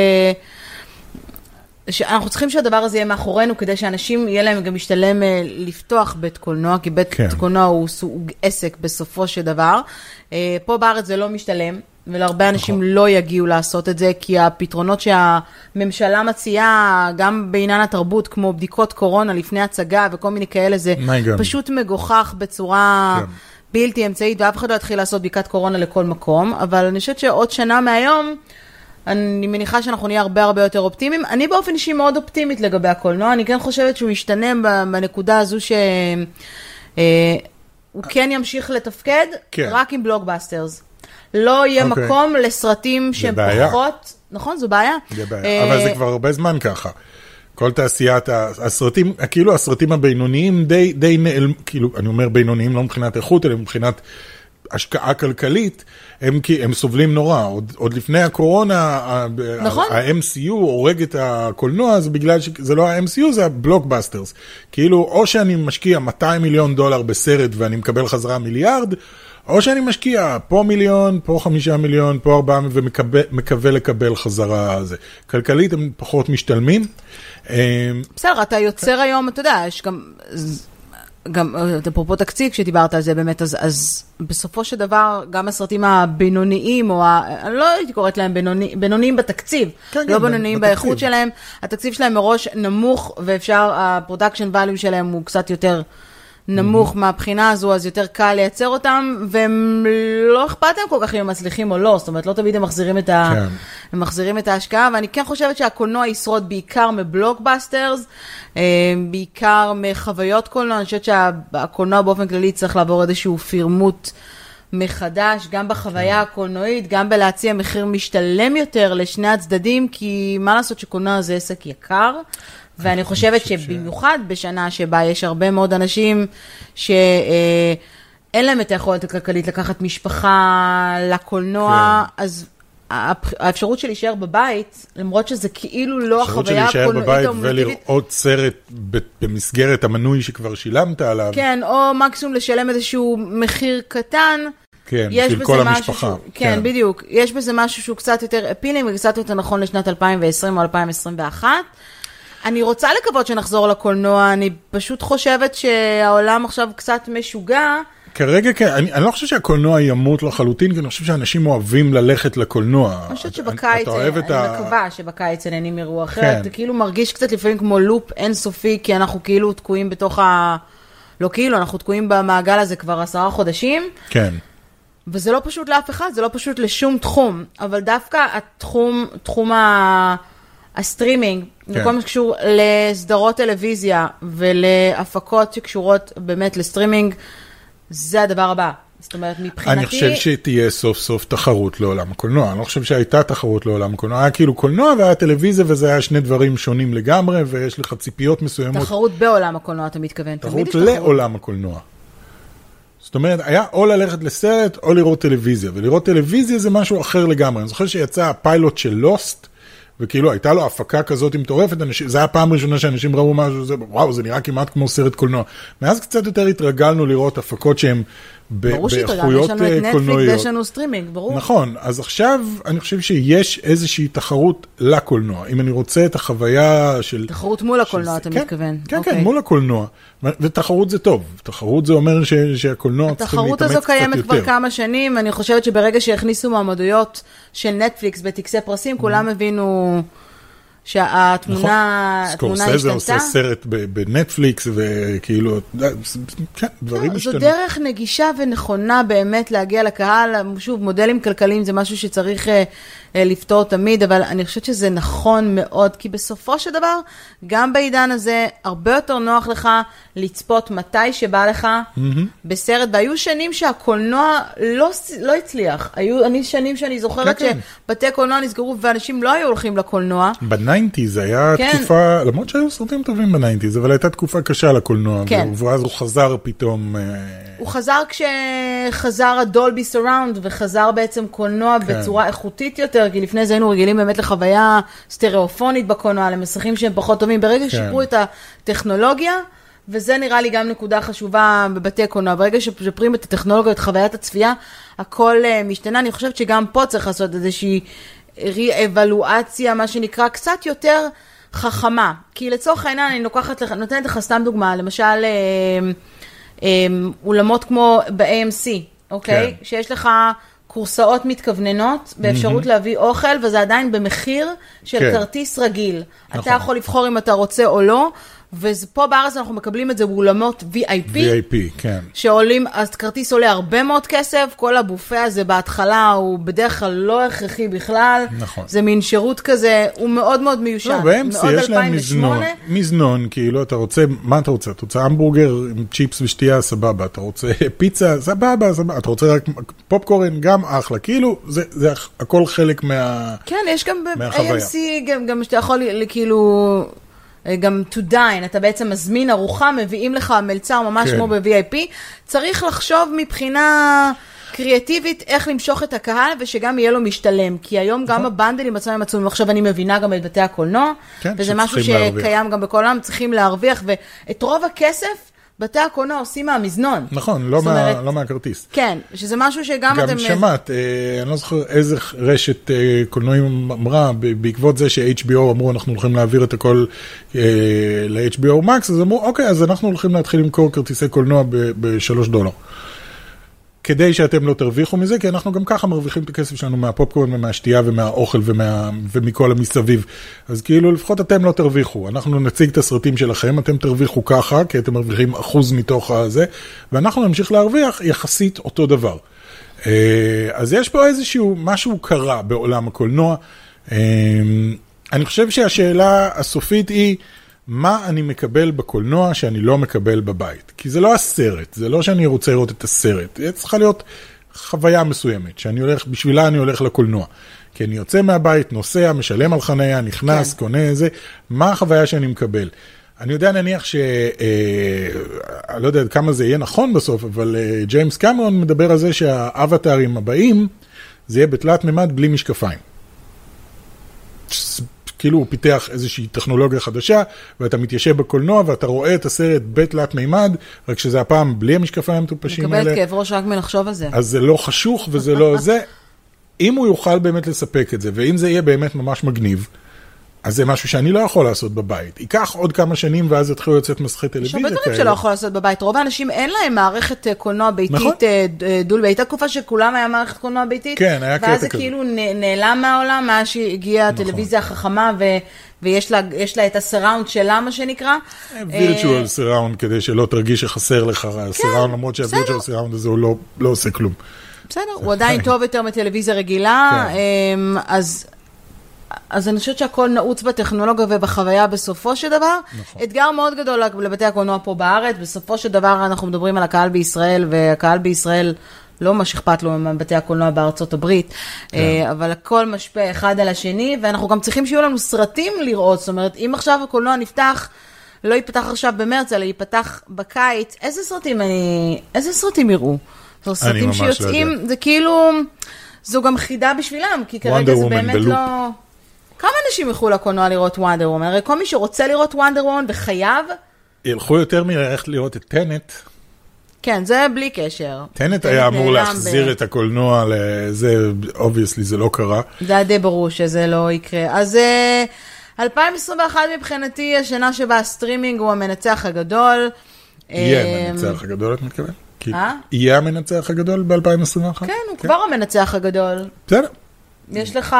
שאנחנו צריכים שהדבר הזה יהיה מאחורינו, כדי שאנשים יהיה להם גם משתלם לפתוח בית קולנוע, כי בית כן. קולנוע הוא סוג עסק בסופו של דבר. פה בארץ זה לא משתלם, ולהרבה אנשים נכון. לא יגיעו לעשות את זה, כי הפתרונות שהממשלה מציעה, גם בעניין התרבות, כמו בדיקות קורונה לפני הצגה, וכל מיני כאלה, זה פשוט מגוחך בצורה... כן. בלתי אמצעית, ואף אחד לא יתחיל לעשות בדיקת קורונה לכל מקום, אבל אני חושבת שעוד שנה מהיום, אני מניחה שאנחנו נהיה הרבה הרבה יותר אופטימיים. אני באופן אישי מאוד אופטימית לגבי הקולנוע, אני כן חושבת שהוא ישתנה בנקודה הזו שהוא כן ימשיך לתפקד, רק עם בלוקבאסטרס. לא יהיה מקום לסרטים שהם פחות... נכון, זו בעיה. זה בעיה, אבל זה כבר הרבה זמן ככה. כל תעשיית הסרטים, כאילו הסרטים הבינוניים די, די נעלם, כאילו, אני אומר בינוניים לא מבחינת איכות, אלא מבחינת השקעה כלכלית, הם, הם סובלים נורא. עוד, עוד לפני הקורונה, נכון. ה-אם סי יו הורג את הקולנוע, זה בגלל שזה לא ה-אם סי יו, זה הבלוקבאסטרס. כאילו, או שאני משקיע מאתיים מיליון דולר בסרט, ואני מקבל חזרה מיליארד, או שאני משקיע פה מיליון, פה חמישה מיליון, פה ארבעה, ומקווה לקבל חזרה הזה. כלכלית הם פחות משתלמים. בסדר, אתה יוצר היום, אתה יודע, יש גם, גם, אפרופו תקציב, כשדיברת על זה באמת, אז, אז בסופו של דבר, גם הסרטים הבינוניים, או ה, אני לא הייתי קוראת להם בינוני, בינוניים בתקציב, כן, לא בינוניים בתקציב. באיכות שלהם, התקציב שלהם מראש נמוך, ואפשר, הפרודקשן ואליו שלהם הוא קצת יותר נמוך מהבחינה הזו, אז יותר קל לייצר אותם, והם לא אכפת להם כל כך אם הם מצליחים או לא, זאת אומרת, לא תמיד הם מחזירים את, ה... הם מחזירים את ההשקעה, ואני כן חושבת שהקולנוע ישרוד בעיקר מבלוקבאסטרס, בעיקר מחוויות קולנוע, אני חושבת שהקולנוע באופן כללי צריך לעבור איזשהו פירמות מחדש, גם בחוויה הקולנועית, גם בלהציע מחיר משתלם יותר לשני הצדדים, כי מה לעשות שקולנוע זה עסק יקר, ואני חושבת שבמיוחד בשנה שבה יש הרבה מאוד אנשים שאין להם את היכולת הכלכלית לקחת משפחה לקולנוע, אז האפשרות של להישאר בבית, למרות שזה כאילו לא החוויה הקולנועית האומנותית. האפשרות של להישאר בבית ולראות סרט במסגרת המנוי שכבר שילמת עליו. כן, או מקסימום לשלם איזשהו מחיר קטן. כן, בשביל כל המשפחה. שהוא, כן, כן, בדיוק. יש בזה משהו שהוא קצת יותר אפילינג, וקצת יותר נכון לשנת אלפיים ועשרים או אלפיים עשרים ואחת. אני רוצה לקוות שנחזור לקולנוע, אני פשוט חושבת שהעולם עכשיו קצת משוגע. כרגע כן, אני, אני לא חושב שהקולנוע ימות לחלוטין, כי אני חושב שאנשים אוהבים ללכת לקולנוע. אני חושבת שבקיץ, אני, אני ה... מקווה שבקיץ נהנים מרוח אחרת, כן. זה כאילו מרגיש קצת לפעמים כמו לופ אינסופי, כי אנחנו כאילו תקועים בתוך ה... לא כאילו, אנחנו תקועים במעגל הזה כבר עשרה חודשים. כן. וזה לא פשוט לאף אחד, זה לא פשוט לשום תחום, אבל דווקא התחום, תחום ה... הסטרימינג, כן. וכל מה שקשור לסדרות טלוויזיה ולהפקות שקשורות באמת לסטרימינג, זה הדבר הבא. זאת אומרת, מבחינתי... אני חושב שתהיה סוף סוף תחרות לעולם הקולנוע. אני לא חושב שהייתה תחרות לעולם הקולנוע. היה כאילו קולנוע והיה טלוויזיה, וזה היה שני דברים שונים לגמרי, ויש לך ציפיות מסוימות. תחרות בעולם הקולנוע, אתה מתכוון. תחרות לעולם הקולנוע. זאת אומרת, היה או ללכת לסרט, או לראות טלוויזיה. ולראות טלוויזיה זה משהו אחר לגמרי. אני זוכר שיצא הפיילוט של לוסט, וכאילו הייתה לו הפקה כזאת מטורפת, זה היה הפעם ראשונה שאנשים ראו משהו, זה, וואו, זה נראה כמעט כמו סרט קולנוע. מאז קצת יותר התרגלנו לראות הפקות שהן באיכויות קולנועיות. יש לנו את נטפליקס ויש לנו סטרימינג, ברור. נכון, אז עכשיו אני חושב שיש איזושהי תחרות לקולנוע. אם אני רוצה את החוויה של... תחרות מול הקולנוע, אתה מתכוון. כן, כן, מול הקולנוע. ותחרות זה טוב. תחרות זה אומר שהקולנוע צריכים להתאמץ קצת יותר. התחרות הזו קיימת כבר כמה שנים, אני חושבת שברגע שהכניסו מעמדויות של נטפליקס בטקסי פרסים, כולם הבינו שהתמונה השתנתה. סקורסזה עושה סרט בנטפליקס, וכאילו, כן, דברים השתנו. זו דרך נגישה ונכונה באמת להגיע לקהל. שוב, מודלים כלכליים זה משהו שצריך לפתור תמיד, אבל אני חושבת שזה נכון מאוד, כי בסופו של דבר, גם בעידן הזה, הרבה יותר נוח לך לצפות מתי שבא לך בסרט, והיו שנים שהקולנוע לא, לא הצליח. היו אני שנים שאני זוכרת כן, שבתי קולנוע נסגרו, ואנשים לא היו הולכים לקולנוע. בניינטיז היה כן. תקופה, למרות שהיו סרטים טובים בניינטיז, אבל הייתה תקופה קשה לקולנוע, כן. ואז הוא חזר פתאום... הוא חזר כשחזר הדולבי סראונד, וחזר בעצם קולנוע כן. בצורה איכותית יותר, כי לפני זה היינו רגילים באמת לחוויה סטריאופונית בקולנוע, למסכים שהם פחות טובים. ברגע כן. ששיפרו את הטכנולוגיה, וזה נראה לי גם נקודה חשובה בבתי קולנוע, ברגע ששפרים את הטכנולוגיה, את חוויית הצפייה, הכל משתנה. אני חושבת שגם פה צריך לעשות איזושהי רי-אבלואציה, מה שנקרא, קצת יותר חכמה. כי לצורך העניין, אני לוקחת לך, נותנת לך סתם דוגמה, למשל, אולמות כמו ב-איי אם סי, אוקיי? כן. שיש לך קורסאות מתכווננות, באפשרות mm-hmm. להביא אוכל, וזה עדיין במחיר של כן. כרטיס רגיל. נכון. אתה יכול לבחור אם אתה רוצה או לא, ופה בארץ אנחנו מקבלים את זה באולמות וי איי פי. וי איי פי, כן. שעולים, אז כרטיס עולה הרבה מאוד כסף, כל הבופה הזה בהתחלה הוא בדרך כלל לא הכרחי בכלל. נכון. זה מין שירות כזה, הוא מאוד מאוד מיושן. לא, ב-איי אם סי יש להם מזנון, מזנון, כאילו אתה רוצה, מה אתה רוצה? אתה רוצה המבורגר עם צ'יפס ושתייה, סבבה. אתה רוצה פיצה, סבבה, סבבה. אתה רוצה רק פופקורן, גם אחלה. כאילו, זה, זה הכל חלק מה... כן, יש גם ב-איי אם סי, גם, גם שאתה יכול כאילו... גם to dine, אתה בעצם מזמין ארוחה, מביאים לך מלצר ממש כן. כמו ב-וי איי פי, צריך לחשוב מבחינה קריאטיבית איך למשוך את הקהל, ושגם יהיה לו משתלם, כי היום גם הבנדלים עצמם הם עצומים, עכשיו אני מבינה גם את בתי הקולנוע, כן, וזה משהו שקיים להרוויח. גם בכל העולם, צריכים להרוויח, ואת רוב הכסף, בתי הקולנוע עושים מהמזנון. נכון, לא, מה, אומרת, לא מהכרטיס. כן, שזה משהו שגם גם אתם... גם שמעת, אה, אני לא זוכר איזה רשת אה, קולנועים אמרה, בעקבות זה ש-אייץ' בי או אמרו, אנחנו הולכים להעביר את הכל אה, ל-אייץ' בי או Max, אז אמרו, אוקיי, אז אנחנו הולכים להתחיל למכור כרטיסי קולנוע ב-שלוש דולר. כדי שאתם לא תרוויחו מזה, כי אנחנו גם ככה מרוויחים את הכסף שלנו מהפופקורן ומהשתייה ומהאוכל ומה, ומכל המסביב. אז כאילו לפחות אתם לא תרוויחו. אנחנו נציג את הסרטים שלכם, אתם תרוויחו ככה, כי אתם מרוויחים אחוז מתוך הזה, ואנחנו נמשיך להרוויח יחסית אותו דבר. אז יש פה איזשהו משהו קרה בעולם הקולנוע. אני חושב שהשאלה הסופית היא, מה אני מקבל בקולנוע שאני לא מקבל בבית? כי זה לא הסרט, זה לא שאני רוצה לראות את הסרט, זה צריכה להיות חוויה מסוימת, שאני הולך, בשבילה אני הולך לקולנוע. כי אני יוצא מהבית, נוסע, משלם על חניה, נכנס, כן. קונה איזה, מה החוויה שאני מקבל? אני יודע נניח ש... אה, לא יודע כמה זה יהיה נכון בסוף, אבל אה, ג'יימס קמרון מדבר על זה שהאבטרים הבאים, זה יהיה בתלת ממד בלי משקפיים. כאילו הוא פיתח איזושהי טכנולוגיה חדשה, ואתה מתיישב בקולנוע, ואתה רואה את הסרט בתלת מימד, רק שזה הפעם בלי המשקפיים המטופשים האלה. מקבל כאב ראש רק מלחשוב על זה. אז זה לא חשוך וזה לא זה. אם הוא יוכל באמת לספק את זה, ואם זה יהיה באמת ממש מגניב, אז זה משהו שאני לא יכול לעשות בבית. ייקח עוד כמה שנים, ואז יתחילו לצאת מסכי טלוויזיה כאלה. יש הרבה דברים שלא יכול לעשות בבית. רוב האנשים אין להם מערכת קולנוע ביתית דול. הייתה תקופה שכולם היה מערכת קולנוע ביתית. כן, היה קטע כזה. ואז זה כאילו נעלם מהעולם, מאז שהגיעה הטלוויזיה החכמה, ויש לה את הסיראונד שלה, מה שנקרא. וירטואל סיראונד, כדי שלא תרגיש שחסר לך הסיראונד, למרות שהווירטואל סיראונד הזה הוא לא עושה כלום. בסדר, הוא עדיין טוב יותר מטלוויזיה רגילה, אז... אז אני חושבת שהכל נעוץ בטכנולוגיה ובחוויה בסופו של דבר. נכון. אתגר מאוד גדול לבתי הקולנוע פה בארץ. בסופו של דבר אנחנו מדברים על הקהל בישראל, והקהל בישראל לא מה שאכפת לו מבתי הקולנוע בארצות הברית, כן. אבל הכל משפיע אחד על השני, ואנחנו גם צריכים שיהיו לנו סרטים לראות. זאת אומרת, אם עכשיו הקולנוע נפתח, לא ייפתח עכשיו במרץ, אלא ייפתח בקיץ, איזה סרטים אני, איזה סרטים יראו? זאת סרטים שיוצאים, לא זה כאילו, זו גם חידה בשבילם, כי כרגע זה באמת בלופ. לא... כמה אנשים ילכו לקולנוע לראות וונדר וומן? הרי כל מי שרוצה לראות וונדר וומן וחייב... ילכו יותר מללכת לראות את טנט. כן, זה בלי קשר. טנט היה אמור להחזיר את הקולנוע לזה, obviously זה לא קרה. זה היה די ברור שזה לא יקרה. אז אלפיים עשרים ואחת מבחינתי, השנה שבה הסטרימינג הוא המנצח הגדול. יהיה המנצח הגדול, את מתכוון? יהיה המנצח הגדול ב-אלפיים עשרים ואחת? כן, הוא כבר המנצח הגדול. בסדר. יש לך...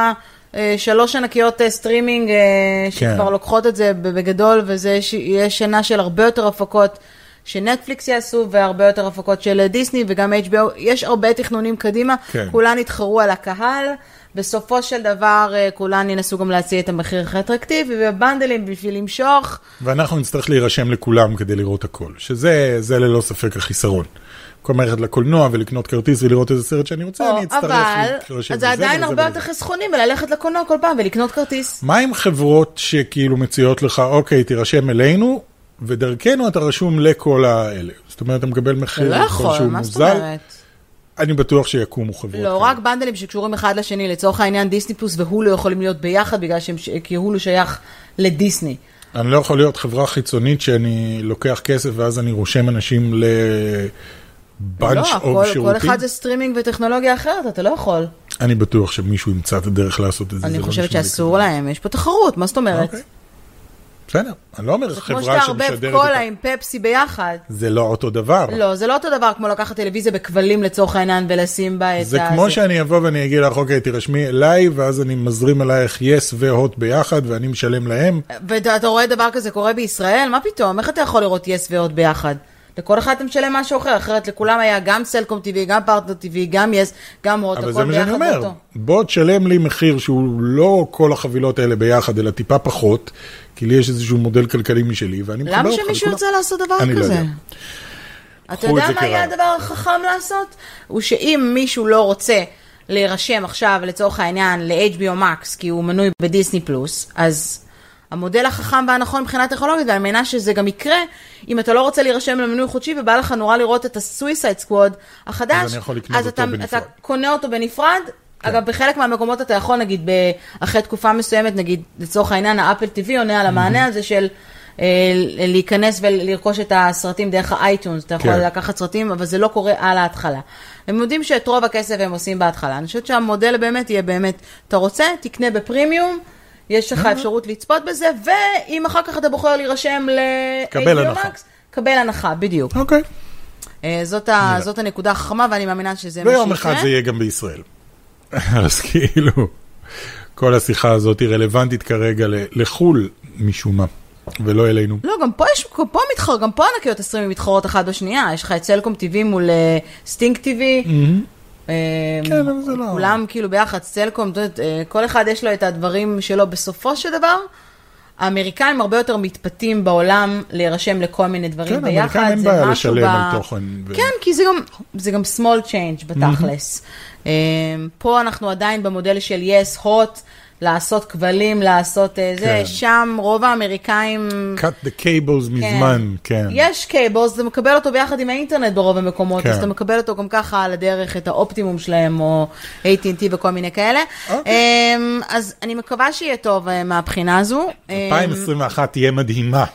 שלוש ענקיות סטרימינג שכבר לוקחות את זה בגדול, וזה יש שנה של הרבה יותר הפקות שנטפליקס יעשו, והרבה יותר הפקות של דיסני, וגם אייץ' בי או, יש הרבה תכנונים קדימה, כולן יתחרו על הקהל, בסופו של דבר כולן ינסו גם להציע את המחיר הכי אטרקטיבי, ובנדלים בשביל למשוך. ואנחנו נצטרך להירשם לכולם כדי לראות הכל, שזה זה ללא ספק החיסרון. במקום ללכת לקולנוע ולקנות כרטיס ולראות איזה סרט שאני רוצה, אני אצטרך להירשם. אבל, אז זה עדיין הרבה יותר חסכונים, וללכת לקולנוע כל פעם ולקנות כרטיס. מה עם חברות שכאילו מציעות לך, אוקיי, תירשם אלינו, ודרכנו אתה רשום לכל האלה. זאת אומרת, אתה מקבל מחיר לא יכול, מה זאת אומרת? אני בטוח שיקומו חברות. לא, רק בנדלים שקשורים אחד לשני, לצורך העניין דיסני פלוס והולו יכולים להיות ביחד, בגלל כי הולו שייך לדיסני. אני לא יכול להיות חברה חיצונית שאני לוקח כסף ואז אני רושם אנשים ל... בנץ' אוף שירותים. כל אחד זה סטרימינג וטכנולוגיה אחרת, אתה לא יכול. אני בטוח שמישהו ימצא את הדרך לעשות את זה. אני חושבת שאסור להם, יש פה תחרות, מה זאת אומרת? בסדר, אני לא אומר חברה שמשדרת... זה כמו שאתה הרבה קולה עם פפסי ביחד. זה לא אותו דבר. לא, זה לא אותו דבר כמו לקחת טלוויזיה בכבלים לצורך העניין ולשים בה את זה. זה כמו שאני אבוא ואני אגיד לך, אוקיי, תירשמי אליי, ואז אני מזרים אלייך יס והוט ביחד, ואני משלם להם. ואתה רואה דבר כזה קורה בישראל? מה פתאום? איך אתה יכול לראות יס והוט ביחד? לכל אחד אתה משלם משהו אחר, אחרת לכולם היה גם סלקום טי-וי, גם פרטנר טי-וי, גם יס, גם הוט, הכל ביחד. אבל זה מה שאני אומר, בוא תשלם לי מחיר שהוא לא כל החבילות האלה ביחד, אלא טיפה פחות, כי לי יש איזשהו מודל כלכלי משלי, ואני מחבר אותך. למה שמישהו ירצה לעשות דבר כזה? אני לא יודע. אתה יודע מה היה הדבר החכם לעשות? הוא שאם מישהו לא רוצה להירשם עכשיו לצורך העניין ל-אייץ' בי או Max, כי הוא מנוי בדיסני פלוס, אז... המודל החכם והנכון מבחינה טכנולוגית, ואני מאמינה שזה גם יקרה, אם אתה לא רוצה להירשם למנוי חודשי, ובא לך נורא לראות את הסוויסייד סקוואד החדש, אז, אז אתה, אתה קונה אותו בנפרד, כן. אגב, בחלק מהמקומות אתה יכול, נגיד, אחרי תקופה מסוימת, נגיד, לצורך העניין, האפל טי-וי עונה על המענה הזה של אה, להיכנס ולרכוש את הסרטים דרך האייטונס, אתה יכול כן. לקחת סרטים, אבל זה לא קורה על ההתחלה. הם יודעים שאת רוב הכסף הם עושים בהתחלה. אני חושבת שהמודל באמת יהיה באמת, אתה רוצה, תקנה בפרימיום, יש לך אפשרות לצפות בזה, ואם אחר כך אתה בוחר להירשם ל-אייץ' בי או Max, קבל הנחה, בדיוק. אוקיי. זאת הנקודה החכמה, ואני מאמינה שזה מה שיקרה. ויום אחד זה יהיה גם בישראל. אז כאילו, כל השיחה הזאת היא רלוונטית כרגע לחול משום מה, ולא אלינו. לא, גם פה יש, פה מתחר, גם פה ענקיות עשרים מתחרות אחת בשנייה. יש לך את סלקום טי-וי מול סטינק טי-וי. כן, אבל זה לא... כולם כאילו ביחד, סלקום, כל אחד יש לו את הדברים שלו. בסופו של דבר, האמריקאים הרבה יותר מתפתים בעולם להירשם לכל מיני דברים ביחד. כן, האמריקאים אין בעיה לשלם על תוכן. כן, כי זה גם, זה גם small change בתכלס. פה אנחנו עדיין במודל של yes, hot, לעשות כבלים, לעשות זה, כן. שם רוב האמריקאים... cut the cables מזמן, כן. יש קייבלס, אתה מקבל אותו ביחד עם האינטרנט ברוב המקומות, כן. אז אתה מקבל אותו גם ככה על הדרך, את האופטימום שלהם, או איי טי אנד טי וכל מיני כאלה. אוקיי. אז אני מקווה שיהיה טוב מהבחינה הזו. אלפיים עשרים ואחת תהיה מדהימה.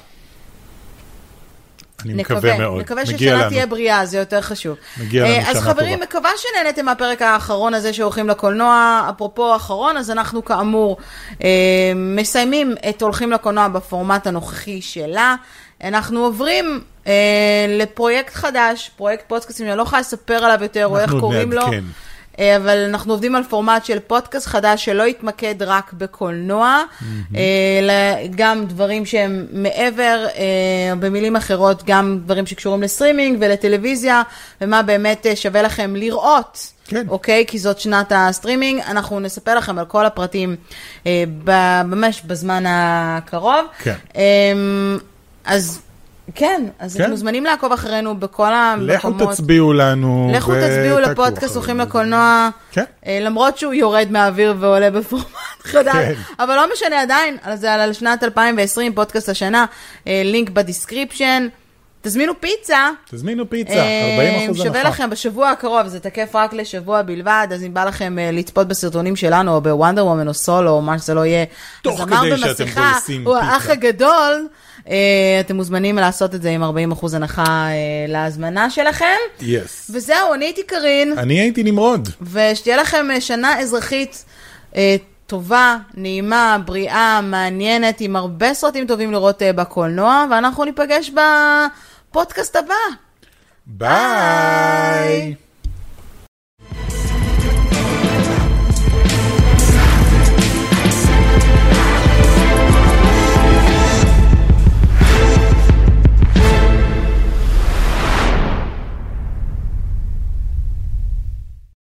אני מקווה מאוד. נקווה ששנה תהיה בריאה, זה יותר חשוב. מגיע לנו שנה טובה. אז חברים, מקווה שנהנתם מהפרק האחרון הזה שהולכים לקולנוע. אפרופו האחרון, אז אנחנו כאמור מסיימים את הולכים לקולנוע בפורמט הנוכחי שלה. אנחנו עוברים לפרויקט חדש, פרויקט פודקאסטים, אני לא יכולה לספר עליו יותר, או איך קוראים לו. אבל אנחנו עובדים על פורמט של פודקאסט חדש שלא יתמקד רק בקולנוע, אלא גם דברים שהם מעבר, במילים אחרות, גם דברים שקשורים לסטרימינג ולטלוויזיה, ומה באמת שווה לכם לראות, כן. אוקיי? כי זאת שנת הסטרימינג, אנחנו נספר לכם על כל הפרטים ממש בזמן הקרוב. כן. אז... כן, אז כן. אתם מוזמנים לעקוב אחרינו בכל המקומות. לכו תצביעו לנו. לכו תצביעו לפודקאסט, הולכים לקולנוע, כן. למרות שהוא יורד מהאוויר ועולה בפורמט חדש. כן. אבל לא משנה עדיין, זה על שנת אלפיים ועשרים, פודקאסט השנה, לינק בדיסקריפשן. תזמינו פיצה. תזמינו פיצה, ארבעים אחוז הנחה. שווה לכם בשבוע הקרוב, זה תקף רק לשבוע בלבד, אז אם בא לכם לצפות בסרטונים שלנו, או בוונדר וומן או סולו, או מה שזה לא יהיה, תוך כדי שאתם גולסים פיצה. הוא האח הגדול. אתם מוזמנים לעשות את זה עם ארבעים אחוז הנחה להזמנה שלכם. Yes. וזהו, אני הייתי קרין. אני הייתי נמרוד. ושתהיה לכם שנה אזרחית טובה, נעימה, בריאה, מעניינת, עם הרבה סרטים טובים לראות בקולנוע, ואנחנו ניפגש בפודקאסט הבא. ביי.